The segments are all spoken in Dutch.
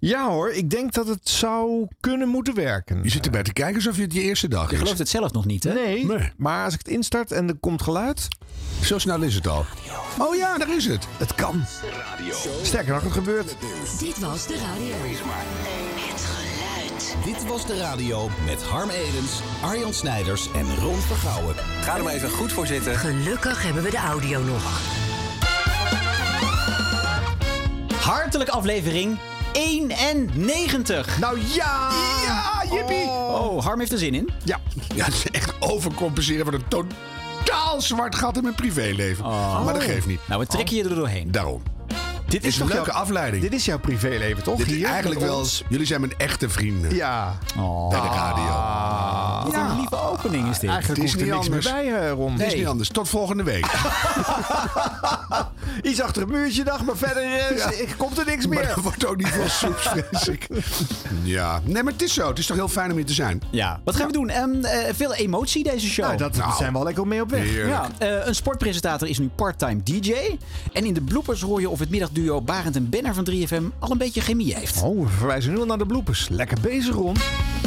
Ja hoor, ik denk dat het zou kunnen moeten werken. Je zit erbij te kijken alsof je het je eerste dag is. Je gelooft het zelf nog niet, hè? Nee, maar als ik het instart en er komt geluid... Zo snel is het al. Oh ja, daar is het. Het kan. Sterker nog, het gebeurt. Dit was de radio. Het geluid. Dit was de radio met Harm Edens, Arjan Snijders en Ron Vergouwen. Ga er maar even goed voor zitten. Gelukkig hebben we de audio nog. Hartelijk aflevering 91. Nou ja! Ja, jippie! Oh, Harm heeft er zin in. Ja. Ja, het is echt overcompenseren van een totaal zwart gat in mijn privéleven. Maar dat geeft niet. Nou, we trekken je er doorheen. Daarom. Dit is een leuke afleiding. Dit is jouw privéleven, toch? Dit is Hier eigenlijk met wel ons? Jullie zijn mijn echte vrienden. Ja. Bij de radio. Wat een lieve opening is dit. Eigenlijk Het is hoeft er niet niks meer anders. bij, Ron. Het is niet anders. Tot volgende week. Iets achter het muurtje, dag, maar verder komt er niks Maar meer. dat wordt ook niet veel soeps, vrees ik. Ja. Nee, maar het is zo. Het is toch heel fijn om hier te zijn. Ja. Wat gaan we doen? Veel emotie deze show. Nou, daar zijn we al lekker mee op weg. Heerlijk. Ja, een sportpresentator is nu part-time DJ. En in de bloopers hoor je of het middagduo Barend en Benner van 3FM al een beetje chemie heeft. Oh, we verwijzen nu al naar de bloepers. Lekker bezig, Ron.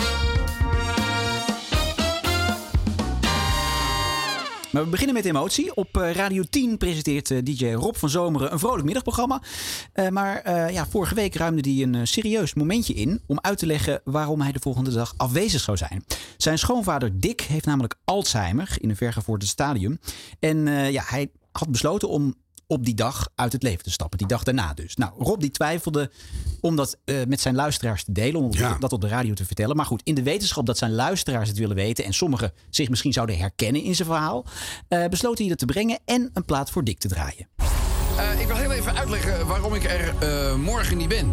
Maar we beginnen met emotie. Op Radio 10 presenteert DJ Rob van Zomeren een vrolijk middagprogramma. Maar vorige week ruimde hij een serieus momentje in om uit te leggen waarom hij de volgende dag afwezig zou zijn. Zijn schoonvader Dick heeft namelijk Alzheimer in een vergevorderd stadium. En hij had besloten om op die dag uit het leven te stappen. Die dag daarna dus. Nou, Rob die twijfelde om dat met zijn luisteraars te delen. Om dat op de radio te vertellen. Maar goed, in de wetenschap dat zijn luisteraars het willen weten. En sommigen zich misschien zouden herkennen in zijn verhaal. Besloot hij dat te brengen en een plaat voor Dick te draaien. Ik wil heel even uitleggen waarom ik er morgen niet ben.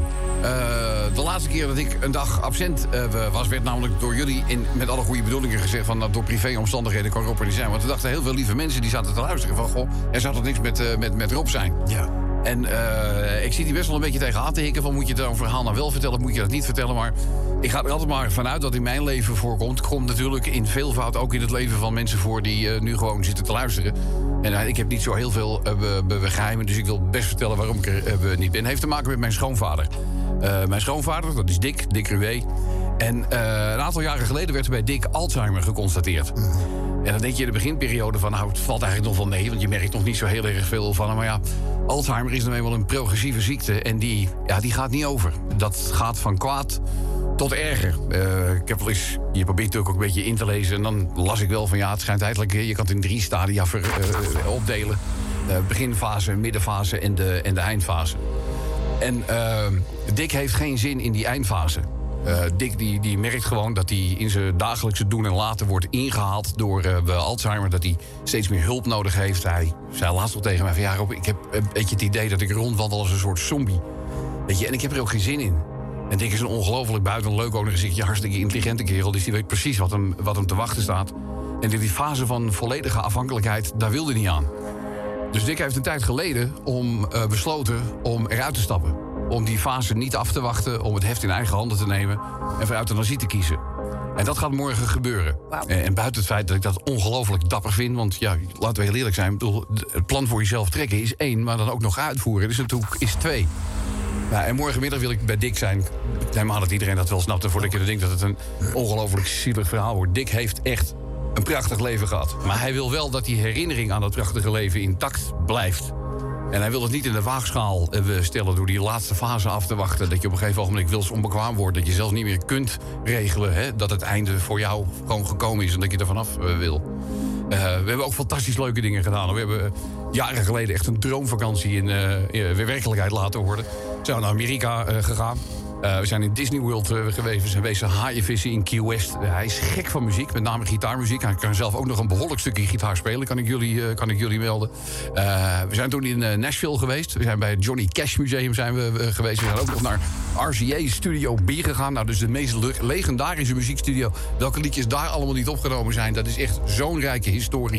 De laatste keer dat ik een dag absent was, werd namelijk door jullie met alle goede bedoelingen gezegd van door privéomstandigheden kan Rob er niet zijn. Want er dachten heel veel lieve mensen die zaten te luisteren van goh, er zou toch niks met Rob zijn. Ja. En ik zie die best wel een beetje tegenaan te hikken van moet je dan een verhaal nou wel vertellen of moet je dat niet vertellen. Maar ik ga er altijd maar vanuit dat in mijn leven voorkomt. Het komt natuurlijk in veelvoud ook in het leven van mensen voor die nu gewoon zitten te luisteren. En ik heb niet zo heel veel geheimen, dus ik wil best vertellen waarom ik er niet ben. Het heeft te maken met mijn schoonvader. Mijn schoonvader, dat is Dick Ruwe. En een aantal jaren geleden werd er bij Dick Alzheimer geconstateerd. En dan denk je in de beginperiode van nou, het valt eigenlijk nog wel mee, want je merkt nog niet zo heel erg veel van hem. Maar ja, Alzheimer is nou eenmaal een progressieve ziekte en die gaat niet over. Dat gaat van kwaad tot erger. Ik heb wel eens, je probeert natuurlijk ook een beetje in te lezen en dan las ik wel van het schijnt eigenlijk, je kan het in 3 stadia opdelen. Beginfase, middenfase en de eindfase. En Dick heeft geen zin in die eindfase. Dick die merkt gewoon dat hij in zijn dagelijkse doen en laten wordt ingehaald door Alzheimer. Dat hij steeds meer hulp nodig heeft. Hij zei laatst nog tegen mij van Rob, ik heb een beetje het idee dat ik rondwandel als een soort zombie. Weet je, en ik heb er ook geen zin in. En Dick is een ongelooflijk buiten leuk ook nog eens hartstikke intelligente kerel. Dus die weet precies wat hem te wachten staat. En die fase van volledige afhankelijkheid, daar wilde hij niet aan. Dus Dick heeft een tijd geleden besloten om eruit te stappen. Om die fase niet af te wachten, om het heft in eigen handen te nemen en voor euthanasie te kiezen. En dat gaat morgen gebeuren. Wow. En buiten het feit dat ik dat ongelooflijk dapper vind, want laten we heel eerlijk zijn, het plan voor jezelf trekken is 1, maar dan ook nog uitvoeren is 2. Nou, en morgenmiddag wil ik bij Dick zijn. Ik neem aan dat iedereen dat wel snapt en voordat je denkt dat het een ongelooflijk zielig verhaal wordt. Dick heeft echt een prachtig leven gehad. Maar hij wil wel dat die herinnering aan dat prachtige leven intact blijft. En hij wil het niet in de waagschaal stellen door die laatste fase af te wachten. Dat je op een gegeven ogenblik wilsonbekwaam wordt. Dat je zelfs niet meer kunt regelen dat het einde voor jou gewoon gekomen is en dat je er vanaf wil. We hebben ook fantastisch leuke dingen gedaan. We hebben jaren geleden echt een droomvakantie in werkelijkheid laten worden. We zijn naar Amerika gegaan. We zijn in Disney World geweest. We zijn wezen haaienvissen in Key West. Hij is gek van muziek, met name gitaarmuziek. Hij kan zelf ook nog een behoorlijk stukje gitaar spelen, kan ik jullie melden. We zijn toen in Nashville geweest. We zijn bij het Johnny Cash Museum geweest. We zijn ook nog naar RCA Studio B gegaan. Nou, dus de meest legendarische muziekstudio. Welke liedjes daar allemaal niet opgenomen zijn, dat is echt zo'n rijke historie.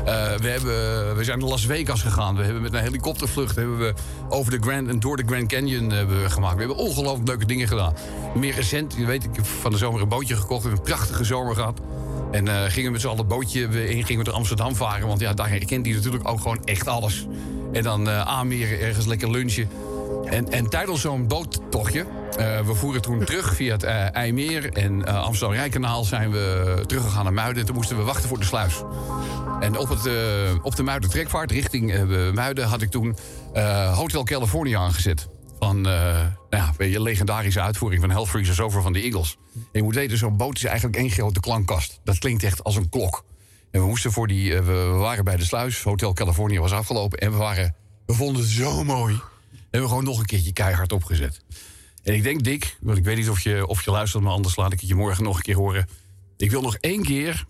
We zijn naar Las Vegas gegaan. We hebben met een helikoptervlucht over de Grand en door de Grand Canyon gemaakt. We hebben ongelooflijk leuke dingen gedaan. Meer recent, je weet, ik heb van de zomer een bootje gekocht. We hebben een prachtige zomer gehad. En gingen met z'n allen het bootje in, gingen we naar Amsterdam varen. Want daar herkent hij natuurlijk ook gewoon echt alles. En dan aanmeren, ergens lekker lunchen. En tijdens zo'n boottochtje We voeren toen terug via het IJmeer en Amsterdam-Rijnkanaal zijn we teruggegaan naar Muiden. En toen moesten we wachten voor de sluis. En op de Muiden-trekvaart richting Muiden had ik toen Hotel California aangezet. Van een legendarische uitvoering van Hell Freezes Over van de Eagles. En je moet weten, zo'n boot is eigenlijk één grote klankkast. Dat klinkt echt als een klok. En we moesten we waren bij de sluis. Hotel California was afgelopen. En we vonden het zo mooi. En we hebben gewoon nog een keertje keihard opgezet. En ik denk, Dick, want ik weet niet of je luistert, maar anders laat ik het je morgen nog een keer horen. Ik wil nog 1 keer.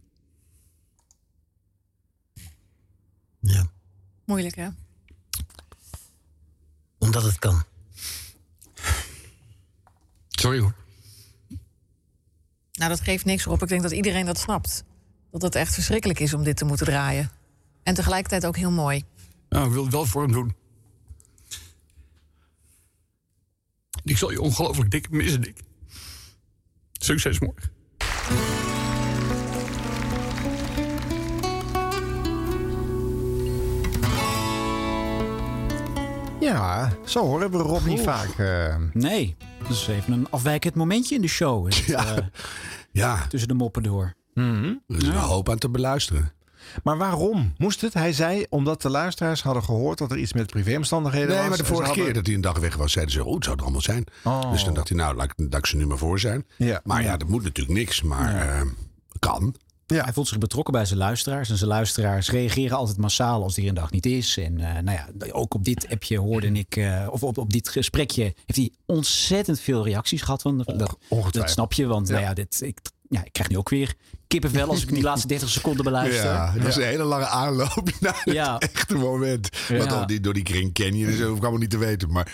Ja. Moeilijk, hè? Omdat het kan. Sorry hoor. Nou, dat geeft niks op. Ik denk dat iedereen dat snapt. Dat het echt verschrikkelijk is om dit te moeten draaien. En tegelijkertijd ook heel mooi. Nou, ik wil het wel voor hem doen. Ik zal je ongelooflijk dik missen, Dick. Succes morgen. Ja, zo horen we Rob niet vaak. Nee, dus even een afwijkend momentje in de show. Ja. Tussen de moppen door. Er is een hoop aan te beluisteren. Maar waarom moest het? Hij zei omdat de luisteraars hadden gehoord dat er iets met privéomstandigheden was. Nee, maar de vorige keer dat hij een dag weg was, zeiden ze, het zou er allemaal zijn. Oh. Dus dan dacht hij, laat ik ze nu maar voor zijn. Ja. Maar ja, dat moet natuurlijk niks, maar kan. Ja. Hij voelt zich betrokken bij zijn luisteraars. En zijn luisteraars reageren altijd massaal als er een dag niet is. En ook op dit appje hoorde ik, of op dit gesprekje, heeft hij ontzettend veel reacties gehad. Dat snap je, want ik krijg nu ook weer kippenvel als ik die laatste 30 seconden beluister. Ja, dat is een hele lange aanloop naar het echte moment. Want door die Grand Canyon en zo hoef ik allemaal niet te weten. Maar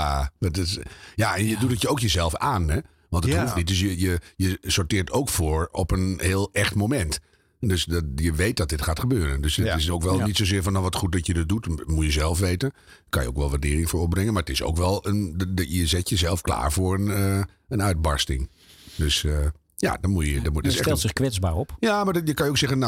en je doet het je ook jezelf aan, hè? Want het hoeft niet. Dus je sorteert ook voor op een heel echt moment. Dus je weet dat dit gaat gebeuren. Dus het is ook wel niet zozeer van wat goed dat je dat doet. Dat moet je zelf weten. Daar kan je ook wel waardering voor opbrengen. Maar het is ook wel je zet jezelf klaar voor een uitbarsting. Dus dan moet je... Je stelt zich kwetsbaar op. Ja, maar je kan je ook zeggen,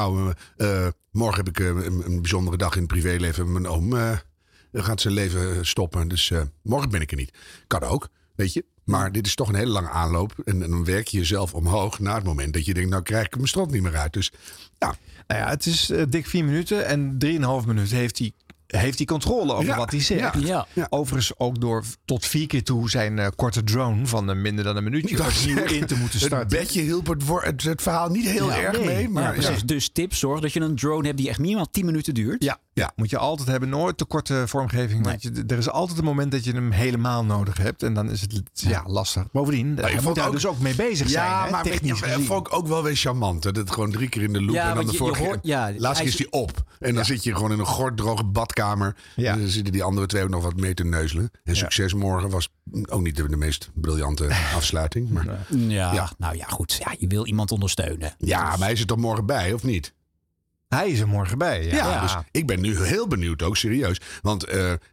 morgen heb ik een bijzondere dag in het privéleven. Mijn oom gaat zijn leven stoppen. Dus morgen ben ik er niet. Kan ook, weet je. Maar dit is toch een hele lange aanloop. En dan werk je jezelf omhoog naar het moment dat je denkt, nou krijg ik mijn strot niet meer uit. Dus ja. Nou ja, het is dik 4 minuten en 3,5 minuten heeft hij controle over wat hij zegt. Ja. Overigens ook door tot 4 keer toe zijn korte drone van minder dan een minuutje opnieuw in te moeten starten. Het bedje hielp het verhaal niet heel erg mee. Maar precies. Dus tips, zorg dat je een drone hebt die echt minimaal 10 minuten duurt. Ja, moet je altijd hebben. Nooit te korte vormgeving. Nee. Want er is altijd een moment dat je hem helemaal nodig hebt. En dan is het lastig. Bovendien, je moet daar dus ook mee bezig zijn. Ja, maar technisch gezien. Vond ik ook wel weer charmant. Dat het gewoon 3 keer in de loop. En dan de vorige laatst is die op. En dan zit je gewoon in een gorddroge badkamer. Ja. En dan zitten die andere 2 ook nog wat mee te neuzelen. En succes morgen was ook niet de meest briljante afsluiting. Maar, nou ja, goed. Ja, je wil iemand ondersteunen. Ja, maar hij is er toch morgen bij, of niet? Hij is er morgen bij. Ja, dus ik ben nu heel benieuwd ook, serieus. Want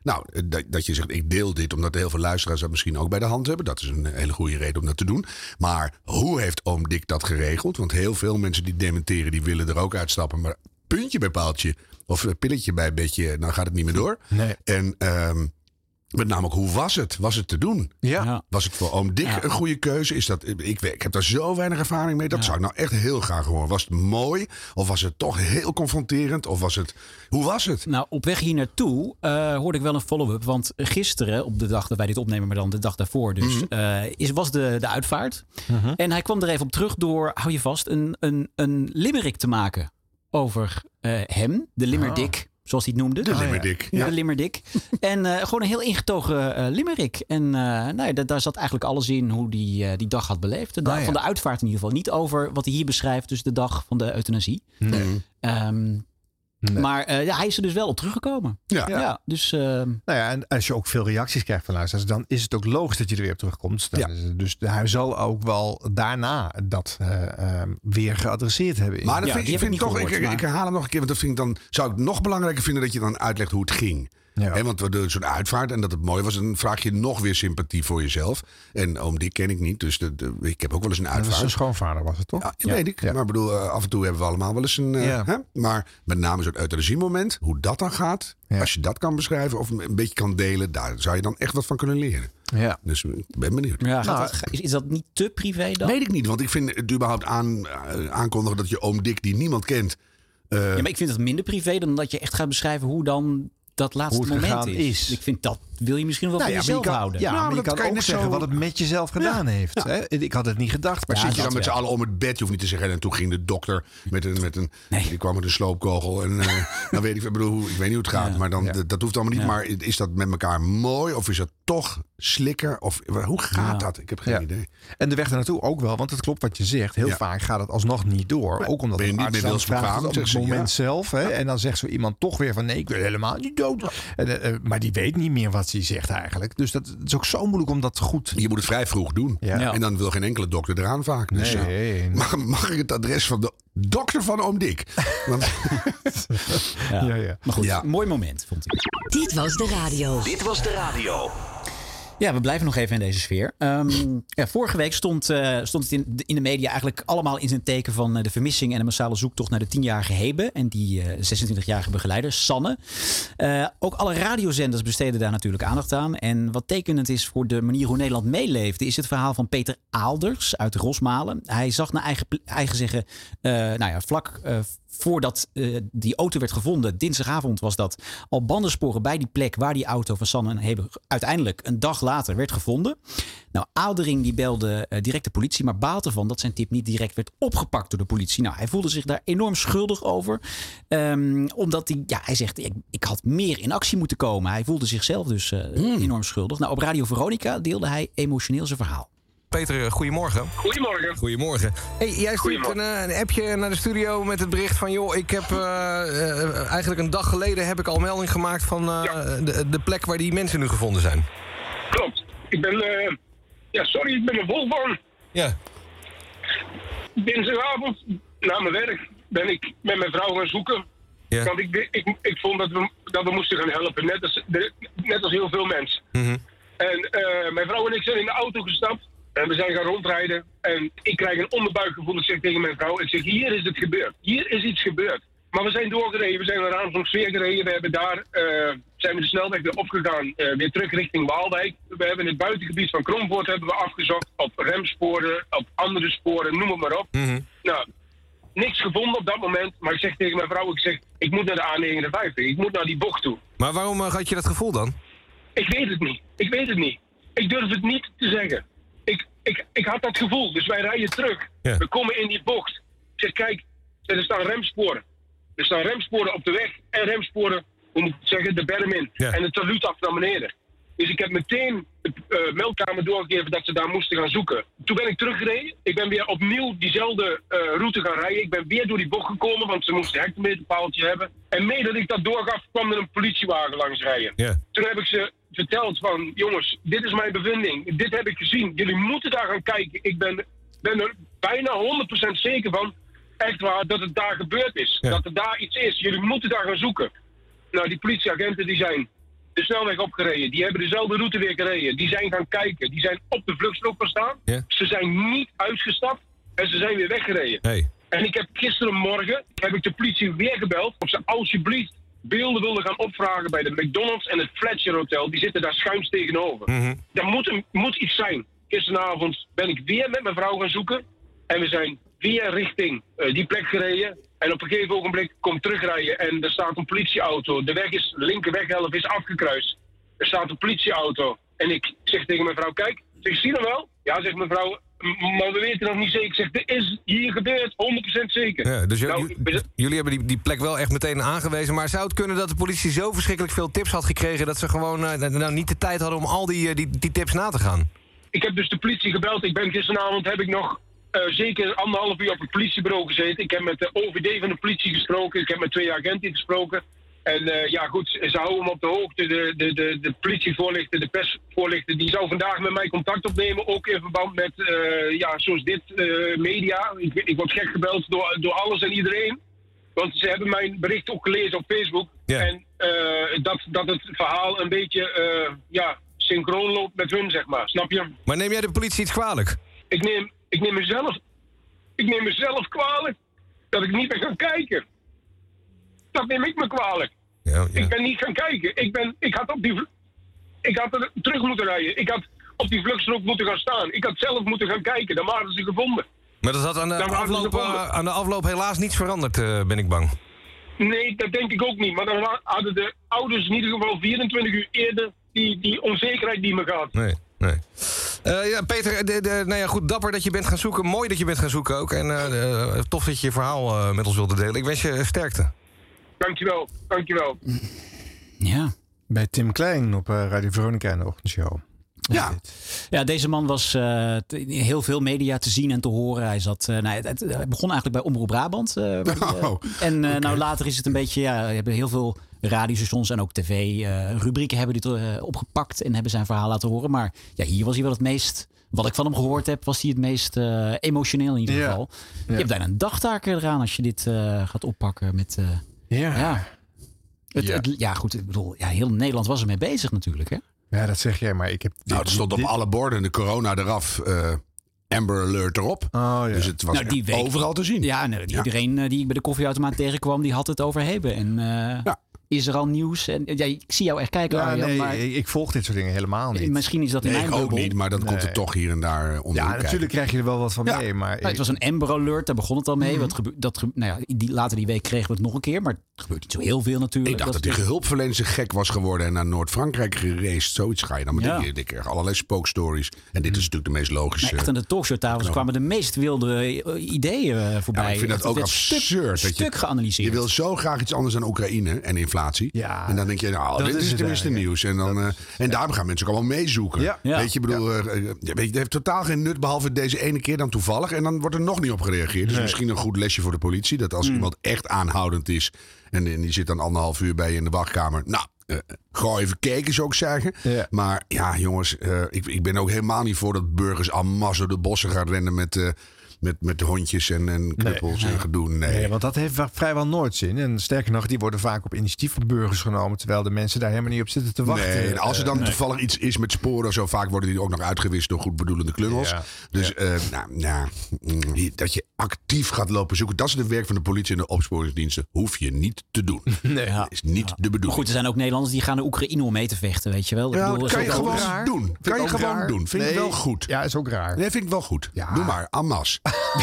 dat je zegt, ik deel dit omdat heel veel luisteraars dat misschien ook bij de hand hebben. Dat is een hele goede reden om dat te doen. Maar hoe heeft oom Dick dat geregeld? Want heel veel mensen die dementeren, die willen er ook uitstappen. Maar puntje bij paaltje of pilletje bij bedje, dan gaat het niet meer door. Nee. En met name ook, hoe was het? Was het te doen? Ja. Was het voor oom Dick een goede keuze? Ik heb daar zo weinig ervaring mee. Dat zou ik nou echt heel graag horen. Was het mooi? Of was het toch heel confronterend? Of hoe was het? Nou, op weg hier naartoe hoorde ik wel een follow-up. Want gisteren, op de dag dat wij dit opnemen, maar dan de dag daarvoor dus, was de uitvaart. En hij kwam er even op terug door, hou je vast, een limerick te maken over hem. De Limmerdick. Zoals hij het noemde. De Limmerdick. Ja, de Limmerdick. En gewoon een heel ingetogen limerick. En daar zat eigenlijk alles in hoe die dag had beleefd. De dag van de uitvaart in ieder geval. Niet over wat hij hier beschrijft. Dus de dag van de euthanasie. Nee. Nee. Maar hij is er dus wel op teruggekomen. Ja. Dus, en als je ook veel reacties krijgt van luisteraars, dan is het ook logisch dat je er weer op terugkomt. Dus hij zal ook wel daarna dat weer geadresseerd hebben. Maar dat ik herhaal hem nog een keer, want dat vind ik dan, zou ik nog belangrijker vinden dat je dan uitlegt hoe het ging. Ja. Want we doen zo'n uitvaart en dat het mooi was. Dan vraag je nog weer sympathie voor jezelf. En oom Dick ken ik niet, dus ik heb ook wel eens een uitvaart. Dat is een schoonvader was het, toch? Ja, weet ik. Ja. Maar ik bedoel, af en toe hebben we allemaal wel eens een... Hè? Maar met name zo'n euthanasie-moment, hoe dat dan gaat... Als je dat kan beschrijven of een beetje kan delen... daar zou je dan echt wat van kunnen leren. Ja. Dus ik ben benieuwd. Ja, is dat niet te privé dan? Weet ik niet, want ik vind het überhaupt aankondigen... dat je oom Dick die niemand kent... ja, maar ik vind het minder privé dan dat je echt gaat beschrijven... hoe dan dat laatste moment is. Ik vind dat wil je misschien wel voor jezelf houden. Ja, maar je kan ook zeggen wat het met jezelf gedaan heeft. Ja. Hè? Ik had het niet gedacht. Maar zit je dan met z'n allen om het bed? Je hoeft niet te zeggen. En toen ging de dokter die kwam met een sloopkogel. En dan weet ik weet niet hoe het gaat. Maar dan, dat hoeft allemaal niet. Maar is dat met elkaar mooi? Of is dat toch slikker? Of hoe gaat dat? Ik heb geen idee. En de weg ernaartoe ook wel. Want het klopt wat je zegt. Heel vaak gaat het alsnog niet door. Ook omdat je niet meer wil vraagt op het moment zelf. Hè? En dan zegt zo iemand toch weer van... nee, ik wil helemaal niet dood. Maar die weet niet meer wat hij zegt eigenlijk. Dus dat is ook zo moeilijk om dat goed... Je moet het vrij vroeg doen. Ja. En dan wil geen enkele dokter eraan vaak. Dus nee. Mag ik het adres van de dokter van oom Dick? Want... Maar goed, mooi moment vond ik. Dit was de radio. Ja, we blijven nog even in deze sfeer. Vorige week stond het in de media eigenlijk allemaal in zijn teken van de vermissing en de massale zoektocht naar de 10-jarige Hebe en die 26-jarige begeleider Sanne. Ook alle radiozenders besteden daar natuurlijk aandacht aan. En wat tekenend is voor de manier hoe Nederland meeleefde, is het verhaal van Peter Aalders uit Rosmalen. Hij zag naar eigen zeggen, vlak voordat die auto werd gevonden, dinsdagavond was dat, al bandensporen bij die plek waar die auto van Sanne en Hebe uiteindelijk een dag later werd gevonden. Nou, Aaldering die belde direct de politie, maar baalt ervan dat zijn tip niet direct werd opgepakt door de politie. Nou, hij voelde zich daar enorm schuldig over. Omdat hij zegt, ik had meer in actie moeten komen. Hij voelde zichzelf dus enorm schuldig. Nou, op Radio Veronica deelde hij emotioneel zijn verhaal. Peter, goedemorgen. Goedemorgen. Hey, jij stuurt een appje naar de studio met het bericht van... joh, ik heb eigenlijk een dag geleden heb ik al melding gemaakt van de plek waar die mensen nu gevonden zijn. Klopt. Ik ben, ik ben er vol van. Ja. Dinsdagavond, na mijn werk, ben ik met mijn vrouw gaan zoeken. Ja. Want ik vond dat we moesten gaan helpen, net als heel veel mensen. Mm-hmm. En mijn vrouw en ik zijn in de auto gestapt. En we zijn gaan rondrijden en ik krijg een onderbuikgevoel. Ik zeg tegen mijn vrouw, hier is het gebeurd. Hier is iets gebeurd. Maar we zijn doorgereden, we zijn naar Amersfoort gereden. We hebben daar, zijn we de snelweg weer opgegaan, weer terug richting Waalwijk. We hebben het buitengebied van Kromvoort hebben we afgezocht. Op remsporen, op andere sporen, noem het maar op. Mm-hmm. Nou, niks gevonden op dat moment. Maar ik zeg tegen mijn vrouw, ik moet naar de A59. Ik moet naar die bocht toe. Maar waarom had je dat gevoel dan? Ik weet het niet. Ik durf het niet te zeggen. Ik had dat gevoel, dus wij rijden terug. Ja. We komen in die bocht. Ik zeg, kijk, er staan remsporen. Er staan remsporen op de weg en remsporen, hoe moet ik het zeggen, de berm in. Ja. En het taluut af naar beneden. Dus ik heb meteen de meldkamer doorgegeven dat ze daar moesten gaan zoeken. Toen ben ik teruggereden. Ik ben weer opnieuw diezelfde route gaan rijden. Ik ben weer door die bocht gekomen, want ze moesten een hectometerpaaltje hebben. En mee dat ik dat doorgaf, kwam er een politiewagen langs rijden. Ja. Toen heb ik ze verteld van, jongens, dit is mijn bevinding. Dit heb ik gezien. Jullie moeten daar gaan kijken. Ik ben er bijna 100% zeker van, echt waar, dat het daar gebeurd is. Ja. Dat er daar iets is. Jullie moeten daar gaan zoeken. Nou, die politieagenten die zijn de snelweg opgereden. Die hebben dezelfde route weer gereden. Die zijn gaan kijken. Die zijn op de vluchtstrook gaan staan. Ja. Ze zijn niet uitgestapt en ze zijn weer weggereden. Hey. En ik heb gisterenmorgen de politie weer gebeld of ze alsjeblieft beelden wilden gaan opvragen bij de McDonald's en het Fletcher Hotel. Die zitten daar schuins tegenover. Mm-hmm. Er moet iets zijn. Gisteravond ben ik weer met mijn vrouw gaan zoeken. En we zijn weer richting die plek gereden. En op een gegeven ogenblik kom terugrijden en er staat een politieauto. De linkerweghelft is afgekruist. Er staat een politieauto. En ik zeg tegen mijn vrouw, kijk, zie je hem wel? Ja, zegt mijn vrouw, maar we weten nog niet zeker. Ik zeg, dit is hier gebeurd, 100% zeker. Ja, dus jullie hebben die plek wel echt meteen aangewezen. Maar zou het kunnen dat de politie zo verschrikkelijk veel tips had gekregen dat ze gewoon niet de tijd hadden om al die tips na te gaan? Ik heb dus de politie gebeld. Gisteravond heb ik nog zeker 1,5 uur op het politiebureau gezeten. Ik heb met de OVD van de politie gesproken. Ik heb met 2 agenten gesproken. En ze houden hem op de hoogte. De politievoorlichter, de persvoorlichter, die zou vandaag met mij contact opnemen. Ook in verband met, zoals dit, media. Ik word gek gebeld door alles en iedereen. Want ze hebben mijn bericht ook gelezen op Facebook. Yeah. En dat het verhaal een beetje synchroon loopt met hun, zeg maar. Snap je? Maar neem jij de politie iets kwalijk? Ik neem mezelf kwalijk dat ik niet ben gaan kijken. Dat neem ik me kwalijk. Ja. Ik ben niet gaan kijken. Ik had er terug moeten rijden. Ik had op die vluchtstrook moeten gaan staan. Ik had zelf moeten gaan kijken. Dan waren ze gevonden. Maar dat had aan de afloop helaas niets veranderd, ben ik bang. Nee, dat denk ik ook niet. Maar dan hadden de ouders in ieder geval 24 uur eerder die onzekerheid die me gaat. Nee. Peter, goed, dapper dat je bent gaan zoeken. Mooi dat je bent gaan zoeken ook. En tof dat je je verhaal met ons wilde delen. Ik wens je sterkte. Dankjewel. Ja. Bij Tim Klein op Radio Veronica in de ochtendshow. Ja, deze man was in heel veel media te zien en te horen. Hij zat, het begon eigenlijk bij Omroep Brabant. Later is het een beetje, we hebben heel veel radiostations en ook tv-rubrieken hebben dit opgepakt en hebben zijn verhaal laten horen. Maar ja, hier was hij wel het meest, wat ik van hem gehoord heb, was hij het meest emotioneel in ieder geval. Je hebt bijna een dagtaak eraan als je dit gaat oppakken met... goed, ik bedoel, heel Nederland was ermee bezig natuurlijk, hè? Ja, dat zeg jij, maar ik heb... het stond op alle borden, de corona eraf, Amber Alert erop. Oh, ja. Dus het was overal te zien. Ja, iedereen die ik bij de koffieautomaat tegenkwam, die had het over Hebe. En is er al nieuws? En, ik zie jou echt kijken, Arjan. Maar ik volg dit soort dingen helemaal niet. Misschien is dat in mijn bubbel. Ik ook niet, maar dan komt het toch hier en daar onder. Ja, natuurlijk krijg je er wel wat van mee. Maar het was een Amber Alert, daar begon het al mee. Later die week kregen we het nog een keer, maar het gebeurt niet zo heel veel natuurlijk. Ik dacht dat die hulpverlener gek was geworden en naar Noord-Frankrijk gereisd. Zoiets ga je dan. Maar ik kreeg allerlei spookstories. En dit is natuurlijk de meest logische. Echt aan de talkshowtafels kwamen de meest wilde ideeën voorbij. Ja, ik vind dat ook absurd. Stuk geanalyseerd. Je wil zo graag iets anders dan Oekraïne en inflatie. Ja. En dan denk je, dit is tenminste nieuws. En daarom gaan mensen ook allemaal meezoeken. Ja. Weet je, het heeft totaal geen nut behalve deze ene keer dan toevallig. En dan wordt er nog niet op gereageerd. Dus misschien een goed lesje voor de politie. Dat als iemand echt aanhoudend is en die zit dan 1,5 uur bij je in de wachtkamer. Gewoon even kijken, zou ik zeggen. Ja. Maar ja, jongens, ik ben ook helemaal niet voor dat burgers en masse door de bossen gaan rennen met hondjes en knuppels en gedoe. Nee, want dat heeft vrijwel nooit zin. En sterker nog, die worden vaak op initiatief van burgers genomen, terwijl de mensen daar helemaal niet op zitten te wachten. Nee, en als er dan toevallig iets is met sporen of zo, vaak worden die ook nog uitgewist door goedbedoelende klungels. Ja. Dus dat je actief gaat lopen zoeken, dat is het werk van de politie en de opsporingsdiensten. Hoef je niet te doen. Dat is niet de bedoeling. Maar goed, er zijn ook Nederlanders die gaan naar Oekraïne om mee te vechten, weet je wel. Dat kan je gewoon doen. Vind ik wel goed. Ja, is ook raar. Nee, vind ik wel goed. Ja. Doe maar, en masse.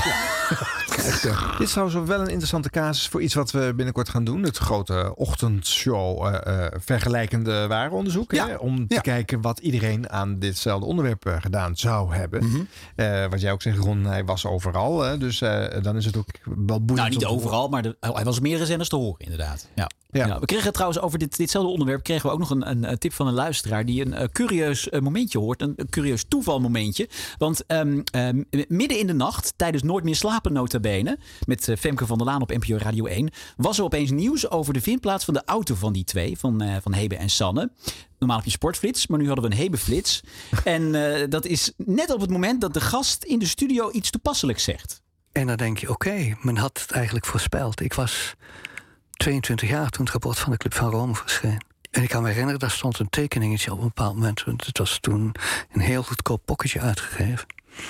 Dit is trouwens wel een interessante casus voor iets wat we binnenkort gaan doen. Het grote ochtendshow vergelijkende warenonderzoek. Ja. Hè? Om te kijken wat iedereen aan ditzelfde onderwerp gedaan zou hebben. Mm-hmm. Wat jij ook zegt, Ron, hij was overal. Hè? Dus dan is het ook wel boeiend. Nou, niet overal, maar hij was meerdere zenders te horen, inderdaad. Ja. Ja, we kregen trouwens over ditzelfde onderwerp kregen we ook nog een tip van een luisteraar die een curieus momentje hoort. Een curieus toevalmomentje. Want midden in de nacht, tijdens Nooit meer slapen nota bene, met Femke van der Laan op NPO Radio 1, was er opeens nieuws over de vindplaats van de auto van die twee, van Hebe en Sanne. Normaal heb je sportflits, maar nu hadden we een Hebe-flits. En dat is net op het moment dat de gast in de studio iets toepasselijks zegt. En dan denk je, oké, men had het eigenlijk voorspeld. Ik was 22 jaar toen het rapport van de Club van Rome verscheen. En ik kan me herinneren, daar stond een tekeningetje op een bepaald moment. Het was toen een heel goedkoop pocketje uitgegeven.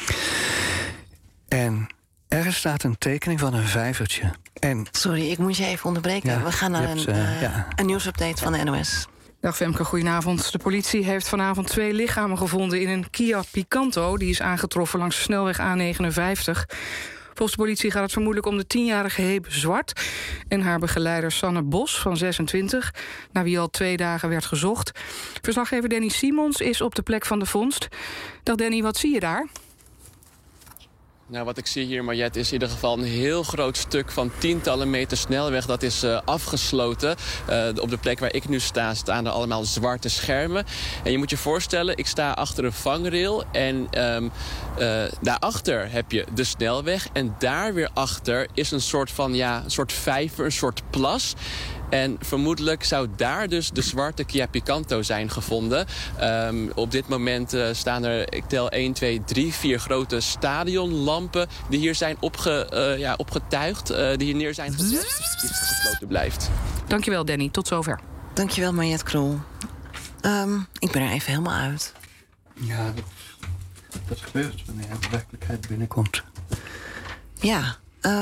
En er staat een tekening van een vijvertje. Sorry, ik moet je even onderbreken. Ja, we gaan naar een nieuwsupdate van de NOS. Dag Femke, goedenavond. De politie heeft vanavond 2 lichamen gevonden in een Kia Picanto. Die is aangetroffen langs de snelweg A59. Volgens de politie gaat het vermoedelijk om de 10-jarige Hebe Zwart en haar begeleider Sanne Bos van 26, naar wie al 2 dagen werd gezocht. Verslaggever Danny Simons is op de plek van de vondst. Dag Danny, wat zie je daar? Nou, wat ik zie hier, Mariette, is in ieder geval een heel groot stuk van tientallen meter snelweg. Dat is afgesloten. Op de plek waar ik nu sta, staan er allemaal zwarte schermen. En je moet je voorstellen, ik sta achter een vangrail. En daarachter heb je de snelweg. En daar weer achter is een soort van, een soort vijver, een soort plas. En vermoedelijk zou daar dus de zwarte Kia Picanto zijn gevonden. Op dit moment staan er, ik tel 1, 2, 3, 4 grote stadionlampen die hier zijn opgetuigd. Die hier neer zijn gezet. Die gesloten blijft. Dankjewel Danny, tot zover. Dankjewel, Mariette Krol. Ik ben er even helemaal uit. Ja, dat gebeurt wanneer de werkelijkheid binnenkomt. Ja,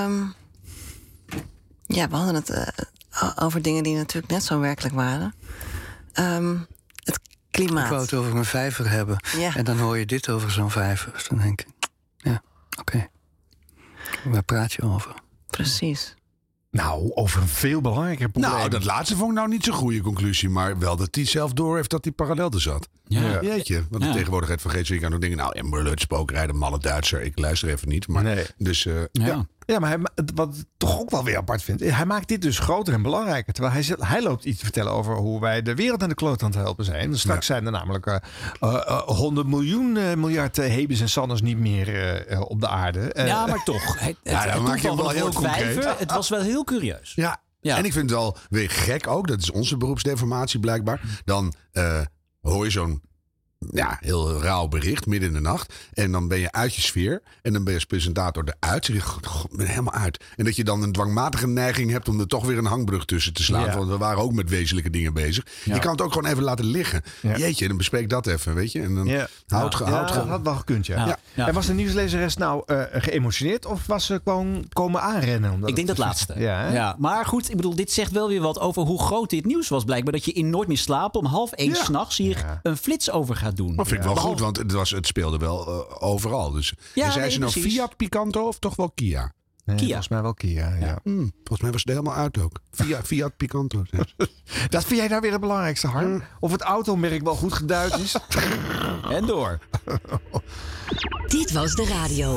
we hadden het over dingen die natuurlijk net zo werkelijk waren. Het klimaat. Ik wou het over een vijver hebben. Ja. En dan hoor je dit over zo'n vijver. Dus dan denk ik, ja, oké. Waar praat je over? Precies. Nou, over een veel belangrijker probleem. Nou, dat laatste vond ik nou niet zo'n goede conclusie. Maar wel dat hij zelf door heeft dat hij parallel er zat. Ja. Jeetje, want de tegenwoordigheid van Geet kan ook denken... nou, Amber Alert, spookrijden, malle Duitser. Ik luister even niet. Maar, nee. Dus, Ja, maar wat ik toch ook wel weer apart vind... hij maakt dit dus groter en belangrijker. Terwijl hij loopt iets te vertellen over hoe wij de wereld aan de kloot aan het helpen zijn. Straks zijn er namelijk 100 miljard Hebes en Sanders niet meer op de aarde. Ja, maar toch. Dat maak je wel heel concreet. Het was wel heel curieus. Ja. En ik vind het wel weer gek ook. Dat is onze beroepsdeformatie blijkbaar. Dan hoor je zo'n heel rauw bericht midden in de nacht. En dan ben je uit je sfeer. En dan ben je als presentator eruit. Zeg je, god, ik ben helemaal uit. En dat je dan een dwangmatige neiging hebt om er toch weer een hangbrug tussen te slaan. Ja. Want we waren ook met wezenlijke dingen bezig. Ja. Je kan het ook gewoon even laten liggen. Ja. Jeetje, dan bespreek dat even, weet je. En dan houd dat had wel gekund, ja. En was de nieuwslezeres nou geëmotioneerd? Of was ze gewoon komen aanrennen? Ik denk dat laatste. Ja. Maar goed, ik bedoel, dit zegt wel weer wat over hoe groot dit nieuws was. Blijkbaar dat je in Nooit meer slapen om 1:30 s'nachts hier een flits over gaat doen. Dat vind ik wel goed, want het speelde wel overal. Dus. En zei ze nou Fiat Picanto of toch wel Kia? Nee, volgens mij wel Kia, ja. Volgens mij was het er helemaal uit ook. Fiat Picanto. Dat vind jij nou weer het belangrijkste, Harm? Of het automerk wel goed geduid is? En door. Dit was de radio.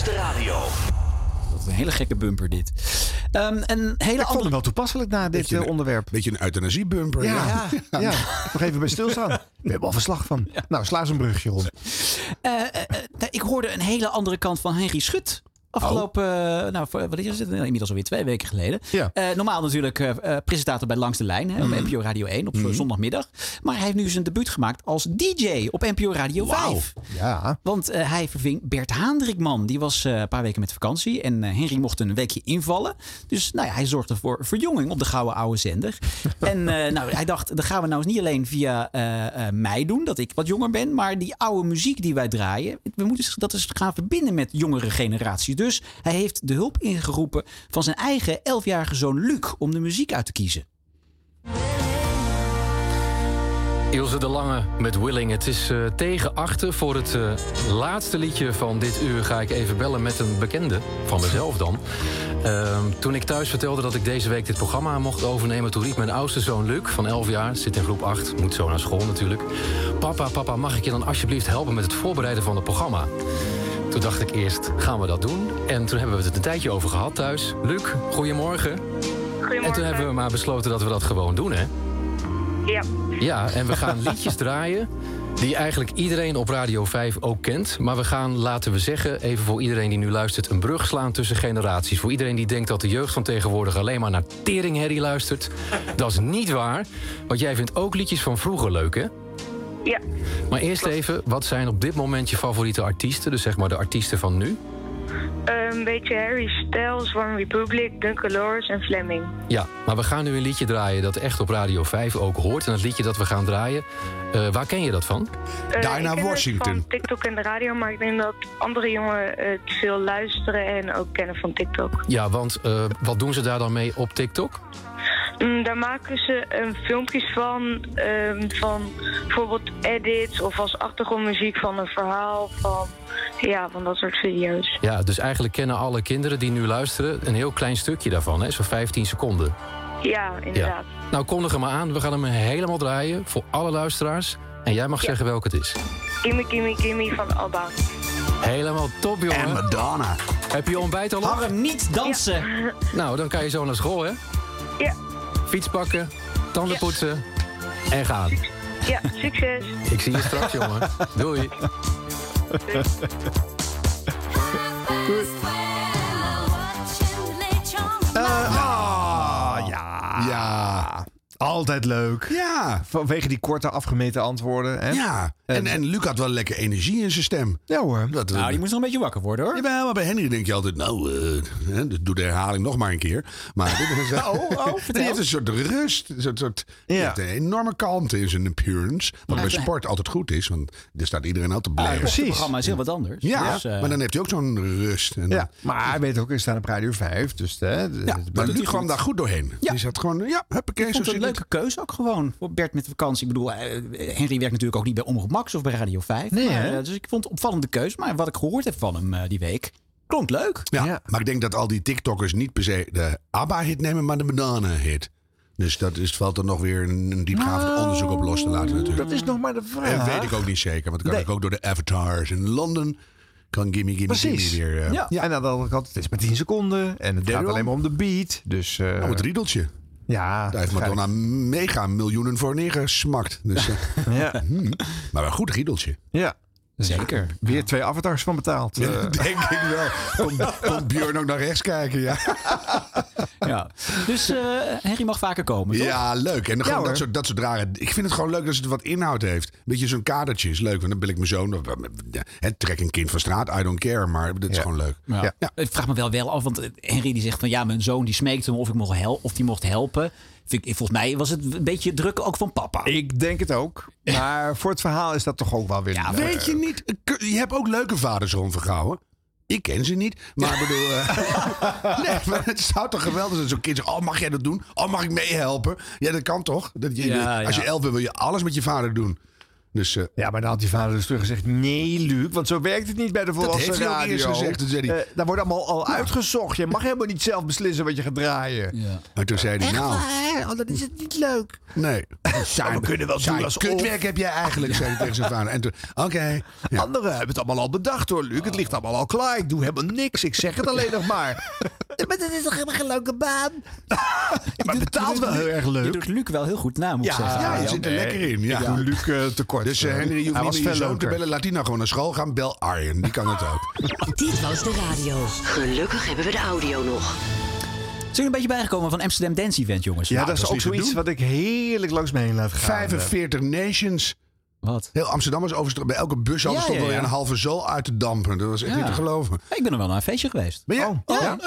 Een hele gekke bumper dit. Ik vond hem wel toepasselijk na dit onderwerp. Beetje een euthanasiebumper. Ja. Nog even bij stilstaan. We hebben al verslag van. Ja. Nou, sla eens een brugje rond. Ik hoorde een hele andere kant van Henry Schut. Afgelopen, wat is het? Inmiddels alweer 2 weken geleden. Ja. Normaal natuurlijk presentator bij Langs de Lijn. Op NPO Radio 1 op zondagmiddag. Maar hij heeft nu zijn debuut gemaakt als DJ op NPO Radio 5. Ja. Want hij verving Bert Haandrikman. Die was een paar weken met vakantie. En Henry mocht een weekje invallen. Dus hij zorgde voor verjonging op de gouden oude zender. En hij dacht, dat gaan we nou eens niet alleen via mij doen. Dat ik wat jonger ben. Maar die oude muziek die wij draaien. We moeten dat eens gaan verbinden met jongere generaties. Dus hij heeft de hulp ingeroepen van zijn eigen 11-jarige zoon Luc om de muziek uit te kiezen. Ilse de Lange met Willing. Het is tegen 8:00. Voor het laatste liedje van dit uur ga ik even bellen met een bekende. Van mezelf dan. Toen ik thuis vertelde dat ik deze week dit programma mocht overnemen... toen riep mijn oudste zoon Luc van 11 jaar, zit in groep 8... moet zo naar school natuurlijk. Papa, mag ik je dan alsjeblieft helpen met het voorbereiden van het programma? Toen dacht ik eerst, gaan we dat doen? En toen hebben we het een tijdje over gehad thuis. Luc, goedemorgen. Goedemorgen. En toen hebben we maar besloten dat we dat gewoon doen, hè? Ja. Ja, en we gaan liedjes draaien die eigenlijk iedereen op Radio 5 ook kent. Maar we gaan, laten we zeggen, even voor iedereen die nu luistert... een brug slaan tussen generaties. Voor iedereen die denkt dat de jeugd van tegenwoordig alleen maar naar teringherrie luistert. Dat is niet waar, want jij vindt ook liedjes van vroeger leuk, hè? Ja. Maar eerst even, wat zijn op dit moment je favoriete artiesten? Dus zeg maar de artiesten van nu? Een beetje Harry Styles, One Republic, Duncan Lawrence en Fleming. Ja, maar we gaan nu een liedje draaien dat echt op Radio 5 ook hoort. En het liedje dat we gaan draaien, waar ken je dat van? Diana Washington. Van TikTok en de radio, maar ik denk dat andere jongeren het veel luisteren en ook kennen van TikTok. Ja, want wat doen ze daar dan mee op TikTok? Daar maken ze filmpjes van bijvoorbeeld edits of als achtergrondmuziek van een verhaal van dat soort video's. Ja, dus eigenlijk kennen alle kinderen die nu luisteren een heel klein stukje daarvan, hè? Zo'n 15 seconden. Ja, inderdaad. Ja. Nou, kondig hem maar aan. We gaan hem helemaal draaien voor alle luisteraars. En jij mag zeggen welke het is. Gimme, gimme, gimme van ABBA. Helemaal top, jongen. En Madonna. Heb je je ontbijt al op? Harm, niet dansen. Ja. Nou, dan kan je zo naar school, hè? Ja. Fiets pakken, tanden poetsen en gaan. Ja, succes. Ik zie je straks, jongen. Doei. Altijd leuk. Ja. Vanwege die korte afgemeten antwoorden. Hè? Ja. En Luc had wel lekker energie in zijn stem. Ja hoor. Nou, die moest nog een beetje wakker worden hoor. Jawel, maar bij Henry denk je altijd, doe de herhaling nog maar een keer. Maar dit is vertel. Die heeft een soort rust. Die heeft een enorme kalmte in zijn appearance. Wat bij sport altijd goed is, want er staat iedereen al te blijven. Precies. Het programma is heel wat anders. Ja, dus, maar dan heeft hij ook zo'n rust. En maar hij weet ook, hij staat op Radio 5. Dus, maar Luc kwam daar goed doorheen. Ja. Die zat gewoon, huppakee. Ik vond het een leuke keuze ook gewoon. Voor Bert met vakantie. Ik bedoel, Henry werkt natuurlijk ook niet bij Omroep Max of bij Radio 5. Nee, dus ik vond het opvallende keuze. Maar wat ik gehoord heb van hem die week, klonk leuk. Ja, maar ik denk dat al die TikTokkers niet per se de ABBA-hit nemen, maar de Banana-hit. Dus valt er nog weer een diepgaand onderzoek op los te laten natuurlijk. Dat is nog maar de vraag. Dat weet ik ook niet zeker. Want dat kan ik ook door de avatars in Londen. Kan gimme weer. Ja. En aan de andere kant, het is maar 10 seconden. En het gaat alleen maar om de beat. Dus, het riedeltje. Ja, daar heeft Madonna mega miljoenen voor neergesmakt. Dus, maar een goed riedeltje. Ja. Zeker. Weer 2 avatars van betaald. Denk ik wel. Komt Björn ook naar rechts kijken, ja. Dus Henry mag vaker komen, toch? Ja, leuk. En gewoon dat soort rare... Ik vind het gewoon leuk dat het wat inhoud heeft. Een beetje zo'n kadertje is leuk. Want dan ben ik mijn zoon... Trek een kind van straat, I don't care. Maar dat is gewoon leuk. Ja. Ik vraag me wel af, want Henry die zegt van... mijn zoon die smeekt hem of die mocht helpen. Volgens mij was het een beetje druk ook van papa. Ik denk het ook. Maar voor het verhaal is dat toch ook wel weer... Ja, weet je niet... Je hebt ook leuke vaders, Ron Vergouwen. Ik ken ze niet. Maar bedoel... nee, maar het zou toch geweldig zijn. Zo'n kind zegt, mag jij dat doen? Mag ik meehelpen? Ja, dat kan toch? Als je 11 bent, wil je alles met je vader doen. Dus, ja, maar dan had die vader dus teruggezegd... Nee, Luc, want zo werkt het niet bij de volwassen radio. Dat heeft hij ook eerst gezegd. Daar wordt allemaal al uitgezocht. Je mag helemaal niet zelf beslissen wat je gaat draaien. Ja. Maar toen zei hij, dan is het niet leuk. Nee. We kunnen wel doen als kutwerk heb jij eigenlijk, zei hij tegen zijn vader. En toen, oké. Ja. Anderen hebben het allemaal al bedacht hoor, Luc. Het ligt allemaal al klaar. Ik doe helemaal niks. Ik zeg het alleen nog maar. Maar dat is toch helemaal geen leuke baan? Maar het betaalt wel heel erg leuk. Je doet Luc wel heel goed na, moet ik zeggen. Ja, je zit er lekker in. Ja. Ik doe Luc tekort. Dus Henry, je hoeft niet meer je zoon te bellen. Laat die nou gewoon naar school gaan. Bel Arjen. Die kan het ook. Dit was de radio. Gelukkig hebben we de audio nog. Zijn jullie een beetje bijgekomen van Amsterdam Dance Event, jongens? Ja, dat is ook zoiets wat ik heerlijk langs me heen laat gaan. 45 nations. Wat? Heel Amsterdam is overigens bij elke bus stond wel weer een halve zool uit te dampen. Dat was echt niet te geloven. Ik ben er wel naar een feestje geweest. Ben je? Ja,